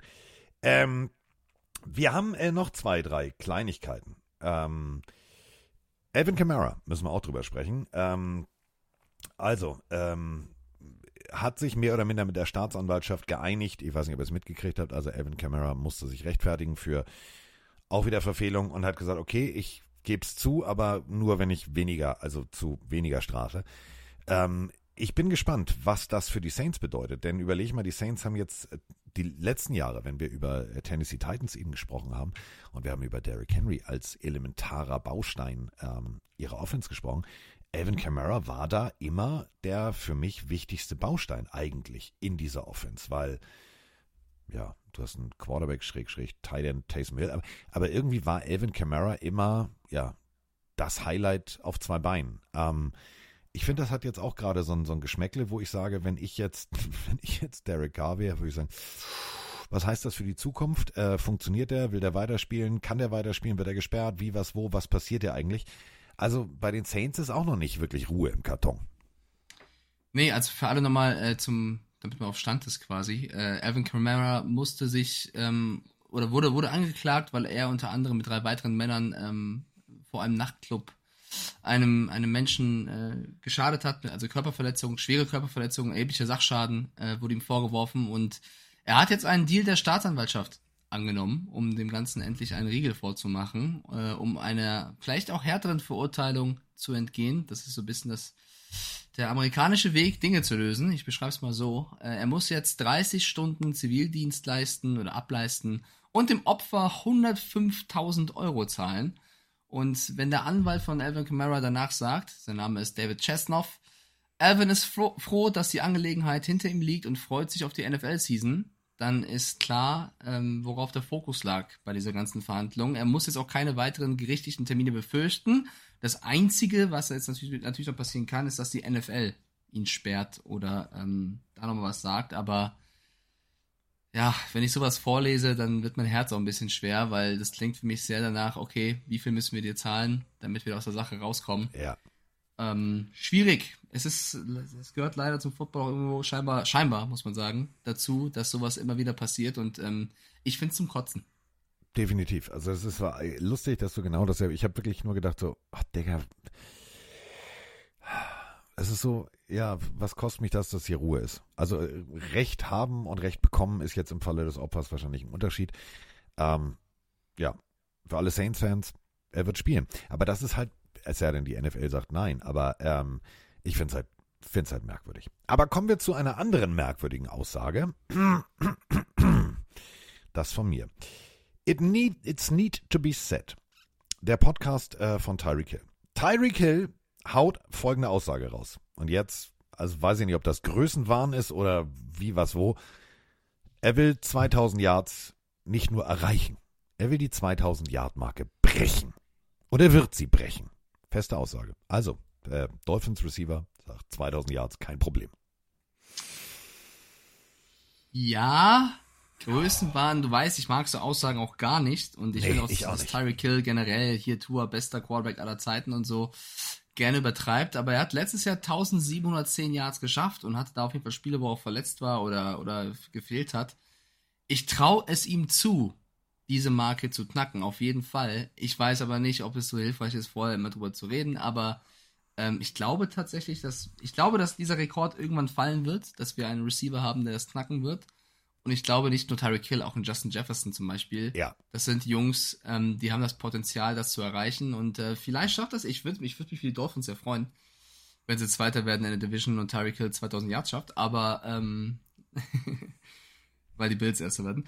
Wir haben noch 2, 3 Kleinigkeiten. Alvin Kamara, müssen wir auch drüber sprechen. Hat sich mehr oder minder mit der Staatsanwaltschaft geeinigt. Ich weiß nicht, ob ihr es mitgekriegt habt. Also Alvin Kamara musste sich rechtfertigen für auch wieder Verfehlung und hat gesagt, okay, ich gebe es zu, aber nur wenn ich zu weniger Strafe. Ich bin gespannt, was das für die Saints bedeutet, denn überleg mal, die Saints haben jetzt die letzten Jahre, wenn wir über Tennessee Titans eben gesprochen haben und wir haben über Derrick Henry als elementarer Baustein ihrer Offense gesprochen, Alvin Kamara war da immer der für mich wichtigste Baustein eigentlich in dieser Offense, weil ja, du hast einen Quarterback Tight End Taysom Hill, aber irgendwie war Alvin Kamara immer das Highlight auf 2 Beinen. Ich finde, das hat jetzt auch gerade so ein Geschmäckle, wo ich sage, wenn ich jetzt Derek Carr wäre, würde ich sagen, was heißt das für die Zukunft? Funktioniert der? Will der weiterspielen? Kann der weiterspielen? Wird er gesperrt? Wie, was, wo? Was passiert ja eigentlich? Also bei den Saints ist auch noch nicht wirklich Ruhe im Karton. Nee, also für alle nochmal damit man auf Stand ist quasi. Alvin Kamara musste sich oder wurde angeklagt, weil er unter anderem mit 3 weiteren Männern vor einem Nachtclub einem Menschen geschadet hat, also Körperverletzung, schwere Körperverletzung, erheblicher Sachschaden wurde ihm vorgeworfen und er hat jetzt einen Deal der Staatsanwaltschaft angenommen, um dem Ganzen endlich einen Riegel vorzumachen, um einer vielleicht auch härteren Verurteilung zu entgehen. Das ist so ein bisschen der amerikanische Weg, Dinge zu lösen. Ich beschreibe es mal so. Er muss jetzt 30 Stunden Zivildienst leisten oder ableisten und dem Opfer 105.000 Euro zahlen. Und wenn der Anwalt von Alvin Kamara danach sagt, sein Name ist David Chesnoff, Alvin ist froh, dass die Angelegenheit hinter ihm liegt und freut sich auf die NFL-Season, dann ist klar, worauf der Fokus lag bei dieser ganzen Verhandlung. Er muss jetzt auch keine weiteren gerichtlichen Termine befürchten. Das Einzige, was jetzt natürlich noch passieren kann, ist, dass die NFL ihn sperrt oder da nochmal was sagt. Aber ja, wenn ich sowas vorlese, dann wird mein Herz auch ein bisschen schwer, weil das klingt für mich sehr danach, okay, wie viel müssen wir dir zahlen, damit wir aus der Sache rauskommen. Ja. Schwierig. Es gehört leider zum Football auch irgendwo scheinbar, muss man sagen, dazu, dass sowas immer wieder passiert und ich finde es zum Kotzen. Definitiv. Also war lustig, dass du genau das, ich habe wirklich nur gedacht so, ach Digga, es ist so, ja, was kostet mich das, dass hier Ruhe ist? Also Recht haben und Recht bekommen ist jetzt im Falle des Opfers wahrscheinlich ein Unterschied. Ja, für alle Saints-Fans, er wird spielen. Aber das ist halt, es sei denn, die NFL sagt nein, aber ich finde es halt merkwürdig. Aber kommen wir zu einer anderen merkwürdigen Aussage. Das von mir. It's need to be said. Der Podcast von Tyreek Hill. Tyreek Hill haut folgende Aussage raus. Und jetzt, also weiß ich nicht, ob das Größenwahn ist oder wie, was, wo. Er will 2000 Yards nicht nur erreichen. Er will die 2000-Yard-Marke brechen. Und er wird sie brechen. Feste Aussage. Also, Dolphins Receiver, sagt 2000 Yards, kein Problem. Ja, Größenwahn, du weißt, ich mag so Aussagen auch gar nicht. Und ich will auch, dass Tyreek Hill generell hier Tua bester Quarterback aller Zeiten und so gerne übertreibt. Aber er hat letztes Jahr 1710 Yards geschafft und hatte da auf jeden Fall Spiele, wo er auch verletzt war oder gefehlt hat. Ich traue es ihm zu, diese Marke zu knacken, auf jeden Fall. Ich weiß aber nicht, ob es so hilfreich ist, vorher immer drüber zu reden, aber ich glaube tatsächlich, dass dieser Rekord irgendwann fallen wird, dass wir einen Receiver haben, der das knacken wird. Und ich glaube nicht nur Tyreek Hill, auch ein Justin Jefferson zum Beispiel. Ja. Das sind Jungs, die haben das Potenzial, das zu erreichen. Und vielleicht schafft das. Ich würd mich für die Dolphins sehr freuen, wenn sie Zweiter werden in der Division und Tyreek Hill 2000 Yards schafft. Aber weil die Bills Erster werden.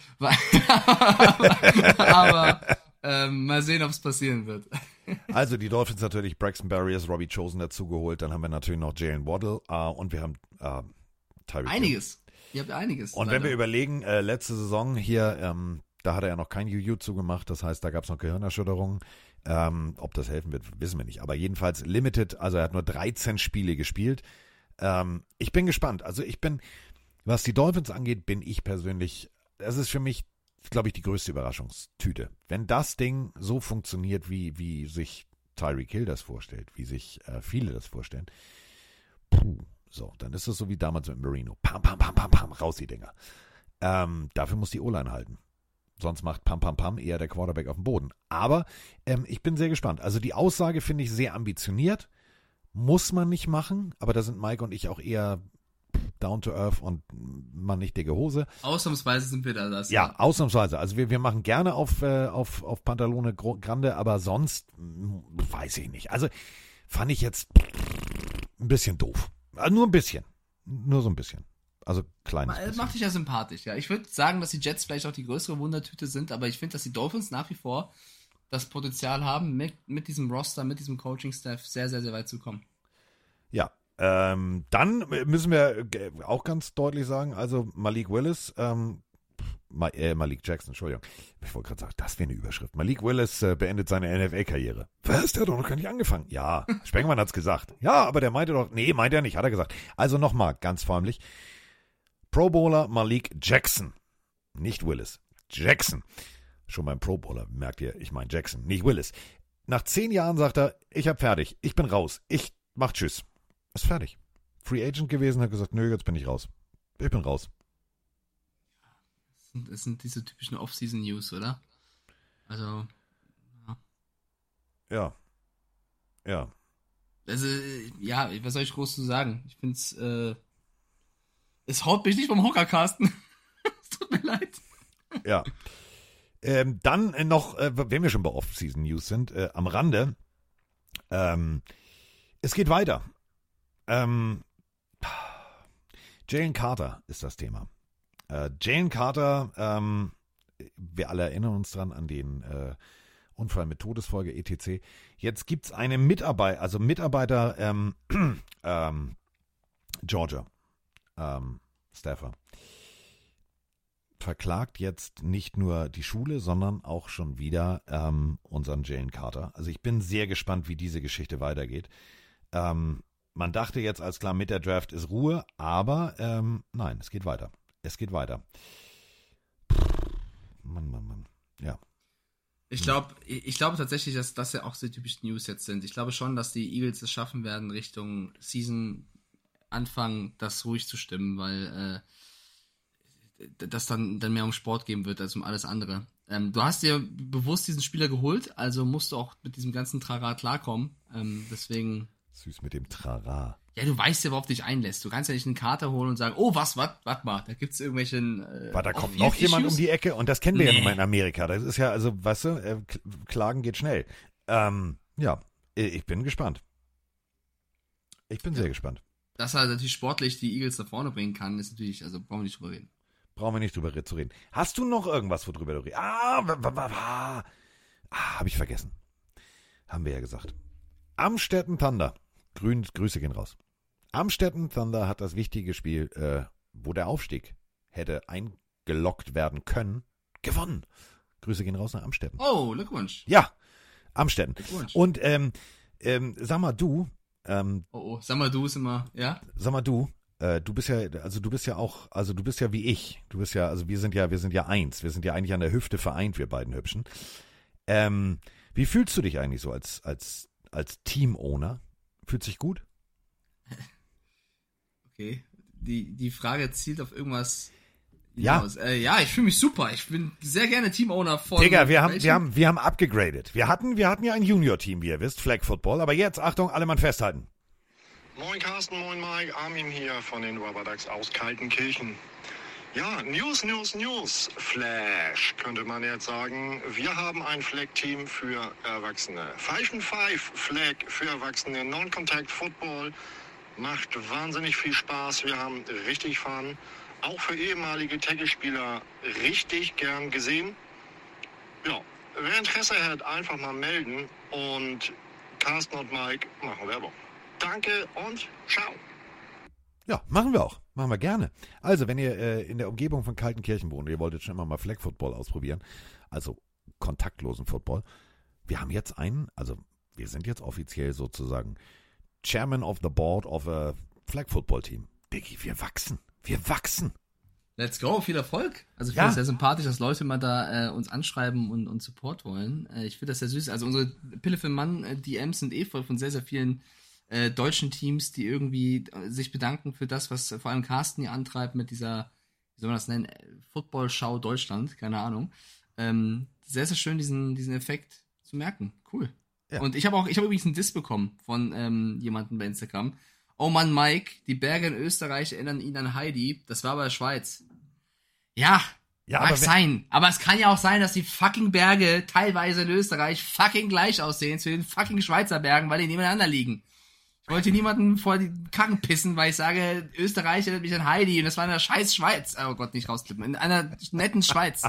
aber mal sehen, ob es passieren wird. Also die Dolphins natürlich Braxton Berrios, Robbie Chosen dazugeholt. Dann haben wir natürlich noch Jalen Waddle und wir haben Tyreek Hill. Einiges. Ihr habt einiges. Und wenn wir überlegen, letzte Saison hier, da hat er ja noch kein Juju zugemacht, das heißt, da gab es noch Gehirnerschütterungen. Ob das helfen wird, wissen wir nicht. Aber jedenfalls limited, also er hat nur 13 Spiele gespielt. Ich bin gespannt. Also was die Dolphins angeht, bin ich persönlich, das ist für mich, glaube ich, die größte Überraschungstüte. Wenn das Ding so funktioniert, wie sich Tyreek Hill das vorstellt, wie sich viele das vorstellen, so, dann ist es so wie damals mit Marino. Pam, pam, pam, pam, pam, raus die Dinger. Dafür muss die O-Line halten. Sonst macht pam, pam, pam eher der Quarterback auf dem Boden. Aber ich bin sehr gespannt. Also die Aussage finde ich sehr ambitioniert. Muss man nicht machen, aber da sind Mike und ich auch eher down to earth und man nicht dicke Hose. Ausnahmsweise sind wir da das. Ja, ausnahmsweise. Also wir machen gerne auf Pantalone Grande, aber sonst weiß ich nicht. Also fand ich jetzt ein bisschen doof. Nur ein bisschen. Nur so ein bisschen. Also kleines bisschen. Macht dich ja sympathisch, ja. Ich würde sagen, dass die Jets vielleicht auch die größere Wundertüte sind, aber ich finde, dass die Dolphins nach wie vor das Potenzial haben, mit diesem Roster, mit diesem Coaching-Staff sehr, sehr, sehr weit zu kommen. Ja. Dann müssen wir auch ganz deutlich sagen, also Malik Willis, Malik Jackson, Entschuldigung. Ich wollte gerade sagen, das wäre eine Überschrift. Malik Willis beendet seine NFL-Karriere. Was? Der hat doch noch gar nicht angefangen. Ja, Spengmann hat's gesagt. Ja, aber der meinte doch, nee, meint er nicht, hat er gesagt. Also nochmal, ganz förmlich. Pro Bowler Malik Jackson. Nicht Willis. Jackson. Schon beim Pro Bowler, merkt ihr, ich meine Jackson, nicht Willis. Nach 10 Jahren sagt er, ich hab fertig, ich bin raus, ich mach Tschüss. Ist fertig. Free Agent gewesen, hat gesagt, nö, jetzt bin ich raus. Ich bin raus. Das sind diese typischen Off-Season-News, oder? Also, ja. Ja. Also, ja, was soll ich groß zu sagen? Ich find's, es haut mich nicht vom Hocker, Carsten. Es tut mir leid. Ja. Dann noch, wenn wir schon bei Off-Season-News sind, am Rande, es geht weiter. Jalen Carter ist das Thema. Jalen Carter, wir alle erinnern uns dran an den Unfall mit Todesfolge etc. Jetzt gibt's eine Mitarbeiter Georgia Staffer verklagt jetzt nicht nur die Schule, sondern auch schon wieder unseren Jalen Carter. Also ich bin sehr gespannt, wie diese Geschichte weitergeht. Man dachte jetzt, alles klar, mit der Draft ist Ruhe, aber nein, es geht weiter. Es geht weiter. Mann. Ja. Ich glaube tatsächlich, dass das ja auch so typische News jetzt sind. Ich glaube schon, dass die Eagles es schaffen werden, Richtung Season Anfang das ruhig zu stimmen, weil das dann mehr um Sport gehen wird als um alles andere. Du hast dir bewusst diesen Spieler geholt, also musst du auch mit diesem ganzen Trara klarkommen. Deswegen. Süß mit dem Trara. Ja, du weißt ja, worauf du dich einlässt. Du kannst ja nicht einen Kater holen und sagen, oh, warte mal, da gibt's irgendwelchen da kommt noch jemand um die Ecke und das kennen wir ja nun mal in Amerika. Das ist ja, also, weißt du, Klagen geht schnell. Ja, ich bin gespannt. Ich bin sehr gespannt. Dass er natürlich sportlich die Eagles da vorne bringen kann, ist natürlich, also brauchen wir nicht drüber reden. Brauchen wir nicht drüber zu reden. Hast du noch irgendwas, worüber du redest? Habe ich vergessen. Haben wir ja gesagt. Amstetten Thunder. Grüße gehen raus. Amstetten Thunder hat das wichtige Spiel, wo der Aufstieg hätte eingeloggt werden können, gewonnen. Grüße gehen raus nach Amstetten. Oh, Glückwunsch. Ja, Amstetten. Glückwunsch. Und sag mal, du, Sag mal du, ist immer, ja? Sag mal du bist ja wie ich. Du bist ja, also wir sind ja eins. Wir sind ja eigentlich an der Hüfte vereint, wir beiden Hübschen. Wie fühlst du dich eigentlich so als Team-Owner? Fühlt sich gut? Okay. Die Frage zielt auf irgendwas hinaus. Ja, ich fühle mich super. Ich bin sehr gerne Team-Owner von... Digga, wir haben abgegradet. Wir hatten ja ein Junior-Team, wie ihr wisst, Flag Football. Aber jetzt, Achtung, alle Mann festhalten. Moin Carsten, moin Mike, Armin hier von den Rubber Ducks aus Kaltenkirchen. Ja, News, Flash, könnte man jetzt sagen. Wir haben ein Flag-Team für Erwachsene. 5-5 Flag für Erwachsene, Non-Contact Football. Macht wahnsinnig viel Spaß, wir haben richtig Fun. Auch für ehemalige Tackle-Spieler richtig gern gesehen. Ja, wer Interesse hat, einfach mal melden. Und Carsten und Mike machen Werbung. Danke und ciao. Ja, machen wir auch. Machen wir gerne. Also, wenn ihr in der Umgebung von Kaltenkirchen wohnt, ihr wolltet schon immer mal Flag Football ausprobieren, also kontaktlosen Football, wir haben jetzt wir sind jetzt offiziell sozusagen Chairman of the Board of a Flag Football Team. Diggi, wir wachsen. Let's go, viel Erfolg. Also ich finde es sehr sympathisch, dass Leute mal da uns anschreiben und Support wollen. Ich finde das sehr süß. Also unsere Pille für Mann DMs sind voll von sehr, sehr vielen deutschen Teams, die irgendwie sich bedanken für das, was vor allem Carsten hier antreibt mit dieser, wie soll man das nennen, Football-Schau Deutschland, keine Ahnung. Sehr, sehr schön, diesen Effekt zu merken. Cool. Ja. Und ich habe übrigens einen Diss bekommen von jemandem bei Instagram. Oh Mann, Mike, die Berge in Österreich erinnern ihn an Heidi. Das war aber Schweiz. Ja, mag sein. Aber es kann ja auch sein, dass die fucking Berge teilweise in Österreich fucking gleich aussehen zu den fucking Schweizer Bergen, weil die nebeneinander liegen. Ich wollte niemanden vor die Kacken pissen, weil ich sage, Österreich erinnert mich an Heidi und das war in der scheiß Schweiz. Oh Gott, nicht rausklippen. In einer netten Schweiz.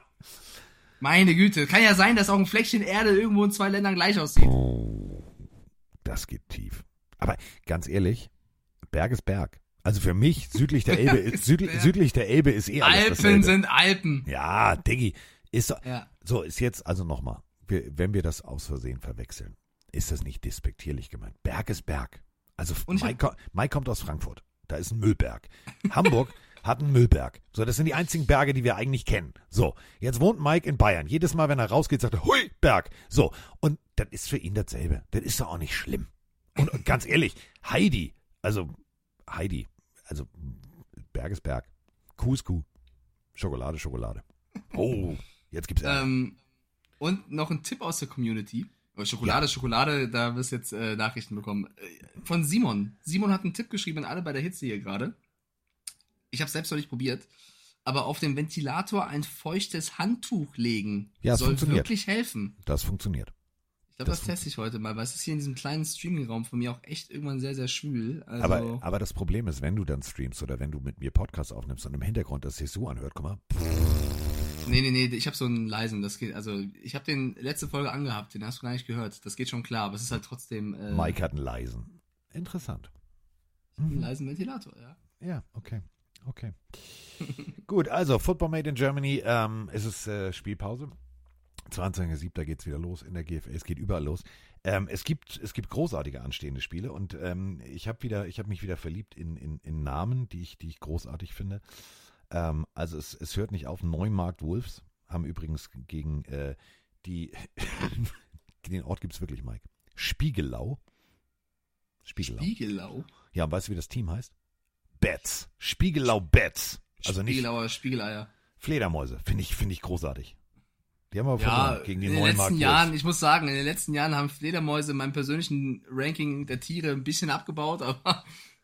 Meine Güte. Kann ja sein, dass auch ein Fleckchen Erde irgendwo in 2 Ländern gleich aussieht. Oh, das geht tief. Aber ganz ehrlich, Berg ist Berg. Also für mich, südlich der Elbe ist eh alles Alpen dasselbe. sind Alpen. Ja, Diggi. Ist ja. So, ist jetzt, also nochmal, wenn wir das aus Versehen verwechseln, ist das nicht despektierlich gemeint. Berg ist Berg. Also Mike kommt aus Frankfurt. Da ist ein Müllberg. Hamburg hat einen Müllberg. So, das sind die einzigen Berge, die wir eigentlich kennen. So, jetzt wohnt Mike in Bayern. Jedes Mal, wenn er rausgeht, sagt er, hui, Berg. So, und das ist für ihn dasselbe. Das ist doch auch nicht schlimm. Und ganz ehrlich, Heidi, Berg ist Berg. Kuh ist Kuh. Schokolade. Oh, jetzt gibt's und noch ein Tipp aus der Community. Schokolade, da wirst du jetzt Nachrichten bekommen. Von Simon. Simon hat einen Tipp geschrieben an alle bei der Hitze hier gerade. Ich habe selbst noch nicht probiert. Aber auf dem Ventilator ein feuchtes Handtuch legen soll wirklich helfen. Das funktioniert. Ich glaube, das teste ich heute mal, weil es ist hier in diesem kleinen Streaming-Raum von mir auch echt irgendwann sehr, sehr schwül. Also aber das Problem ist, wenn du dann streamst oder wenn du mit mir Podcast aufnimmst und im Hintergrund das sich so anhört, guck mal. Nee, ich habe so einen leisen, das geht, also ich habe den letzte Folge angehabt, den hast du gar nicht gehört, das geht schon klar, aber es ist halt trotzdem... Mike hat einen leisen. Interessant. Einen leisen Ventilator, ja. Ja, okay. Gut, also Football Made in Germany, es ist Spielpause. 22.07. geht's wieder los in der GFL, es geht überall los. Es gibt großartige anstehende Spiele und ich habe mich wieder verliebt in Namen, die ich großartig finde. Also es hört nicht auf. Neumarkt Wolves haben übrigens gegen den Ort gibt's wirklich, Mike. Spiegelau. Ja, und weißt du, wie das Team heißt? Bats. Spiegelau Bats. Also Spiegelauer Spiegeleier. Fledermäuse. Finde ich großartig. Die haben aber verloren gegen die Neumarkt Wolves. Ich muss sagen, in den letzten Jahren haben Fledermäuse in meinem persönlichen Ranking der Tiere ein bisschen abgebaut, aber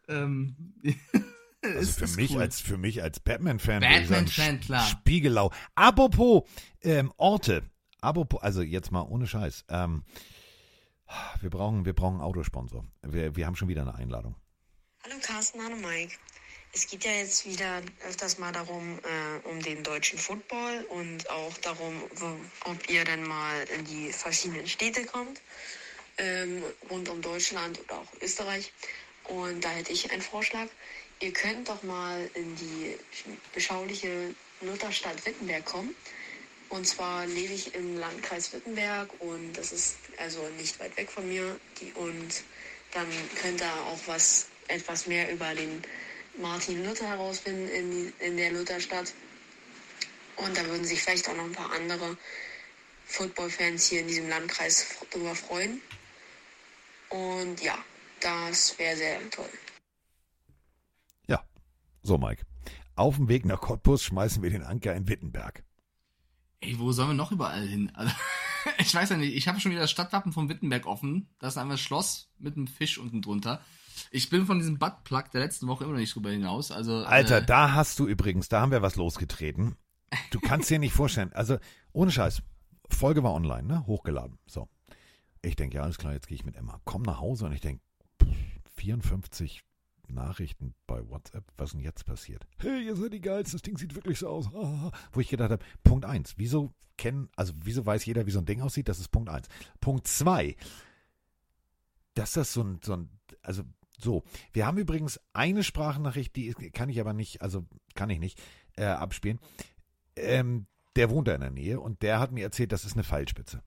also für mich als Batman-Fan, klar. Spiegelau. Apropos Orte. Also jetzt mal ohne Scheiß. Wir brauchen Autosponsor. Wir haben schon wieder eine Einladung. Hallo Carsten, hallo Mike. Es geht ja jetzt wieder öfters mal darum, um den deutschen Football und auch darum, ob ihr denn mal in die verschiedenen Städte kommt, rund um Deutschland oder auch Österreich. Und da hätte ich einen Vorschlag. Ihr könnt doch mal in die beschauliche Lutherstadt Wittenberg kommen. Und zwar lebe ich im Landkreis Wittenberg und das ist also nicht weit weg von mir. Und dann könnte er auch etwas mehr über den Martin Luther herausfinden in der Lutherstadt. Und da würden sich vielleicht auch noch ein paar andere Football-Fans hier in diesem Landkreis darüber freuen. Und ja, das wäre sehr toll. Ja, so Mike. Auf dem Weg nach Cottbus schmeißen wir den Anker in Wittenberg. Ey, wo sollen wir noch überall hin? Also, ich weiß ja nicht, ich habe schon wieder das Stadtwappen von Wittenberg offen. Das ist einfach ein Schloss mit einem Fisch unten drunter. Ich bin von diesem Buttplug der letzten Woche immer noch nicht drüber hinaus. Also, Alter, da haben wir was losgetreten. Du kannst dir nicht vorstellen, also ohne Scheiß, Folge war online, ne? Hochgeladen. So. Ich denke, ja, alles klar, jetzt gehe ich mit Emma. Komm nach Hause und ich denke, 54 Nachrichten bei WhatsApp, was denn jetzt passiert? Hey, ihr seid die Geilsten, das Ding sieht wirklich so aus. Wo ich gedacht habe, Punkt 1, wieso weiß jeder, wie so ein Ding aussieht? Das ist Punkt 1. Punkt 2, dass das so, wir haben übrigens eine Sprachnachricht, die kann ich nicht abspielen. Der wohnt da in der Nähe und der hat mir erzählt, das ist eine Pfeilspitze.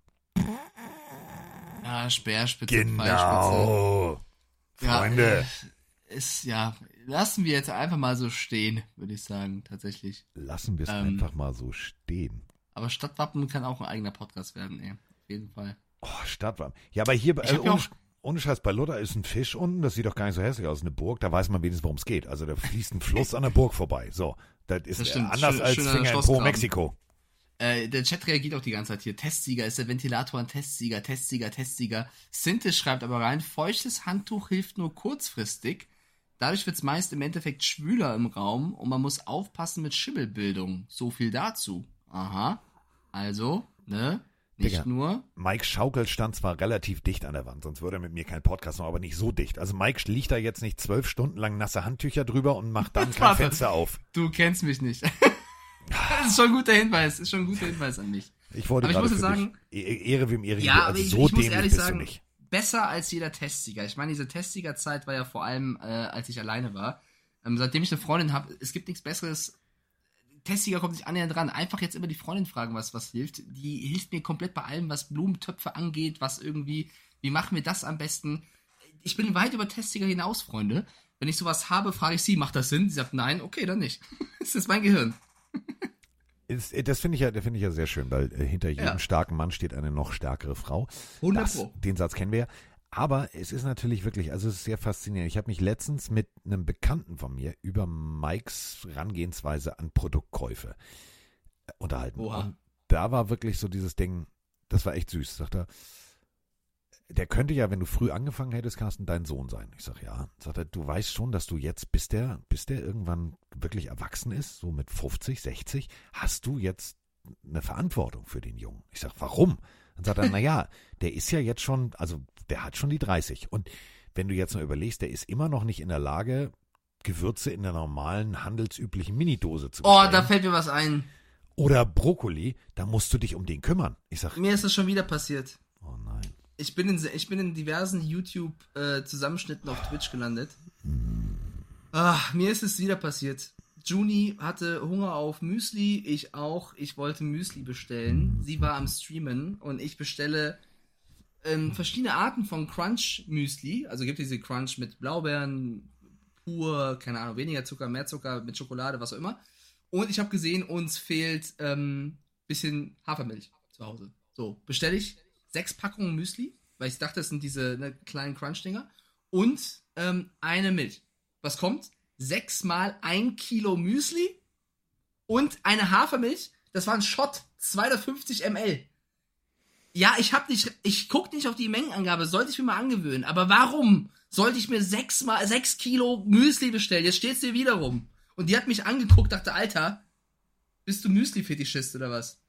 Ja, Speerspitze, Genau. Freunde. Lassen wir jetzt einfach mal so stehen, würde ich sagen, tatsächlich. Lassen wir es einfach mal so stehen. Aber Stadtwappen kann auch ein eigener Podcast werden, auf jeden Fall. Oh, Stadtwappen. Ja, aber hier, ohne Scheiß, bei Luther ist ein Fisch unten, das sieht doch gar nicht so hässlich aus, eine Burg, da weiß man wenigstens, worum es geht. Also da fließt ein Fluss an der Burg vorbei. So, das ist anders als Finger in Po, Mexiko. Der Chat reagiert auch die ganze Zeit hier. Testsieger, ist der Ventilator ein Testsieger? Sintes schreibt aber rein, feuchtes Handtuch hilft nur kurzfristig. Dadurch wird es meist im Endeffekt schwüler im Raum und man muss aufpassen mit Schimmelbildung. So viel dazu. Aha. Also, ne? Nicht Digga, nur. Mike Schaukel stand zwar relativ dicht an der Wand, sonst würde er mit mir keinen Podcast machen, aber nicht so dicht. Also Mike liegt da jetzt nicht 12 Stunden lang nasse Handtücher drüber und macht dann kein Fenster auf. Du kennst mich nicht. Das ist schon ein guter Hinweis an mich. Ich wollte aber gerade ich muss sagen, Ehre wem Ehre. Ja, also aber so ich muss ehrlich bist sagen, du nicht. Besser als jeder Testsieger. Ich meine, diese Testsieger-Zeit war ja vor allem, als ich alleine war. Seitdem ich eine Freundin habe, es gibt nichts Besseres. Testsieger kommt nicht annähernd dran. Einfach jetzt immer die Freundin fragen, was hilft. Die hilft mir komplett bei allem, was Blumentöpfe angeht, wie machen wir das am besten. Ich bin weit über Testsieger hinaus, Freunde. Wenn ich sowas habe, frage ich sie, macht das Sinn? Sie sagt, nein, okay, dann nicht. Das ist mein Gehirn. Das finde ich ja sehr schön, weil hinter jedem starken Mann steht eine noch stärkere Frau. 100%. Den Satz kennen wir ja. Aber es ist natürlich wirklich, also es ist sehr faszinierend. Ich habe mich letztens mit einem Bekannten von mir über Mikes Herangehensweise an Produktkäufe unterhalten. Oha. Und da war wirklich so dieses Ding, das war echt süß. Sagt er, der könnte ja, wenn du früh angefangen hättest, Carsten, dein Sohn sein. Ich sage, ja. Sagt er, du weißt schon, dass du jetzt, bis der irgendwann wirklich erwachsen ist, so mit 50, 60, hast du jetzt eine Verantwortung für den Jungen. Ich sage, warum? Dann sagt er, naja, der ist ja jetzt schon, also der hat schon die 30. Und wenn du jetzt noch überlegst, der ist immer noch nicht in der Lage, Gewürze in der normalen, handelsüblichen Minidose zu bestellen. Oh, da fällt mir was ein. Oder Brokkoli, da musst du dich um den kümmern. Ich sag, mir ist das schon wieder passiert. Oh nein. Ich bin in diversen YouTube-Zusammenschnitten auf Twitch gelandet. Mir ist es wieder passiert. Juni hatte Hunger auf Müsli, ich auch. Ich wollte Müsli bestellen. Sie war am Streamen und ich bestelle verschiedene Arten von Crunch-Müsli. Also gibt diese Crunch mit Blaubeeren, pur, keine Ahnung, weniger Zucker, mehr Zucker, mit Schokolade, was auch immer. Und ich habe gesehen, uns fehlt bisschen Hafermilch zu Hause. So, bestelle ich 6 Packungen Müsli, weil ich dachte, das sind diese kleinen Crunch-Dinger. Und eine Milch. Was kommt? 6 mal 1 Kilo Müsli und eine Hafermilch. Das war ein Shot, 250 ml. Ja, ich gucke nicht auf die Mengenangabe, sollte ich mir mal angewöhnen. Aber warum sollte ich mir 6 Kilo Müsli bestellen? Jetzt steht's dir wieder rum. Und die hat mich angeguckt, dachte, Alter, bist du Müsli-Fetischist oder was?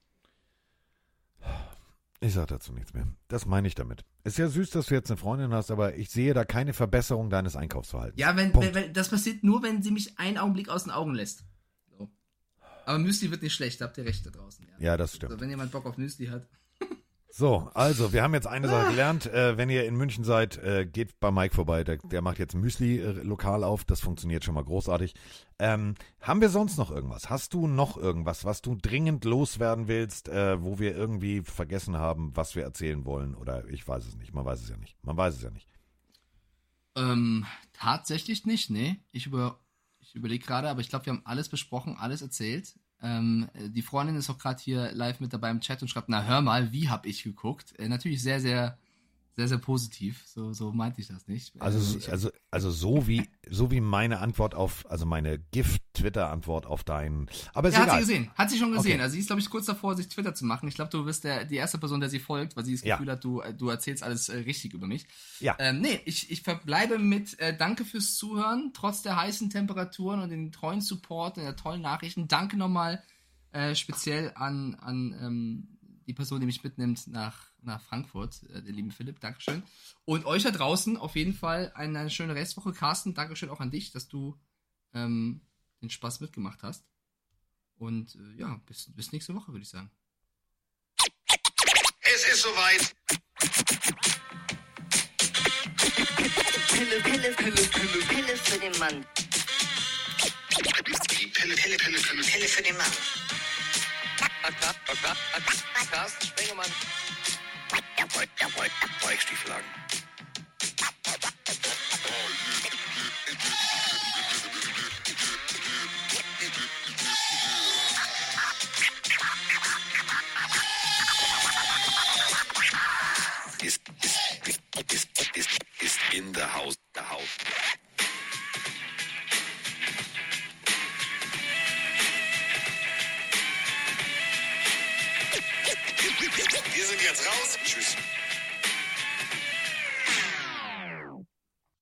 Ich sag dazu nichts mehr. Das meine ich damit. Ist ja süß, dass du jetzt eine Freundin hast, aber ich sehe da keine Verbesserung deines Einkaufsverhaltens. Ja, wenn das passiert nur, wenn sie mich einen Augenblick aus den Augen lässt. So. Aber Müsli wird nicht schlecht, da habt ihr recht da draußen. Ja, das stimmt. Also, wenn jemand Bock auf Müsli hat. So, also, wir haben jetzt eine Sache gelernt. Wenn ihr in München seid, geht bei Mike vorbei. Der macht jetzt ein Müsli-Lokal auf. Das funktioniert schon mal großartig. Haben wir sonst noch irgendwas? Hast du noch irgendwas, was du dringend loswerden willst, wo wir irgendwie vergessen haben, was wir erzählen wollen? Oder ich weiß es nicht. Man weiß es ja nicht. Tatsächlich nicht, nee. Ich überlege gerade, aber ich glaube, wir haben alles besprochen, alles erzählt. Die Freundin ist auch gerade hier live mit dabei im Chat und schreibt, na hör mal, wie hab ich geguckt? Natürlich sehr, sehr, sehr, sehr positiv. So meinte ich das nicht. Also so wie meine Antwort also meine Gift-Twitter-Antwort auf deinen. Aber ja, hat sie schon gesehen. Okay. Also sie ist, glaube ich, kurz davor, sich Twitter zu machen. Ich glaube, du bist die erste Person, der sie folgt, weil sie das Gefühl hat, du erzählst alles richtig über mich. Ja. Nee, ich verbleibe mit Danke fürs Zuhören, trotz der heißen Temperaturen und den treuen Support und der tollen Nachrichten. Danke nochmal speziell an die Person, die mich mitnimmt nach Frankfurt, der lieben Philipp, Dankeschön. Und euch da draußen auf jeden Fall eine schöne Restwoche. Carsten, Dankeschön auch an dich, dass du den Spaß mitgemacht hast. Und bis nächste Woche, würde ich sagen. Es ist soweit. Pille für den Mann. Die Pille für den Mann. Carsten Spengemann. Weichstieflagen. Ist in the house. Wir sind jetzt raus. Tschüss.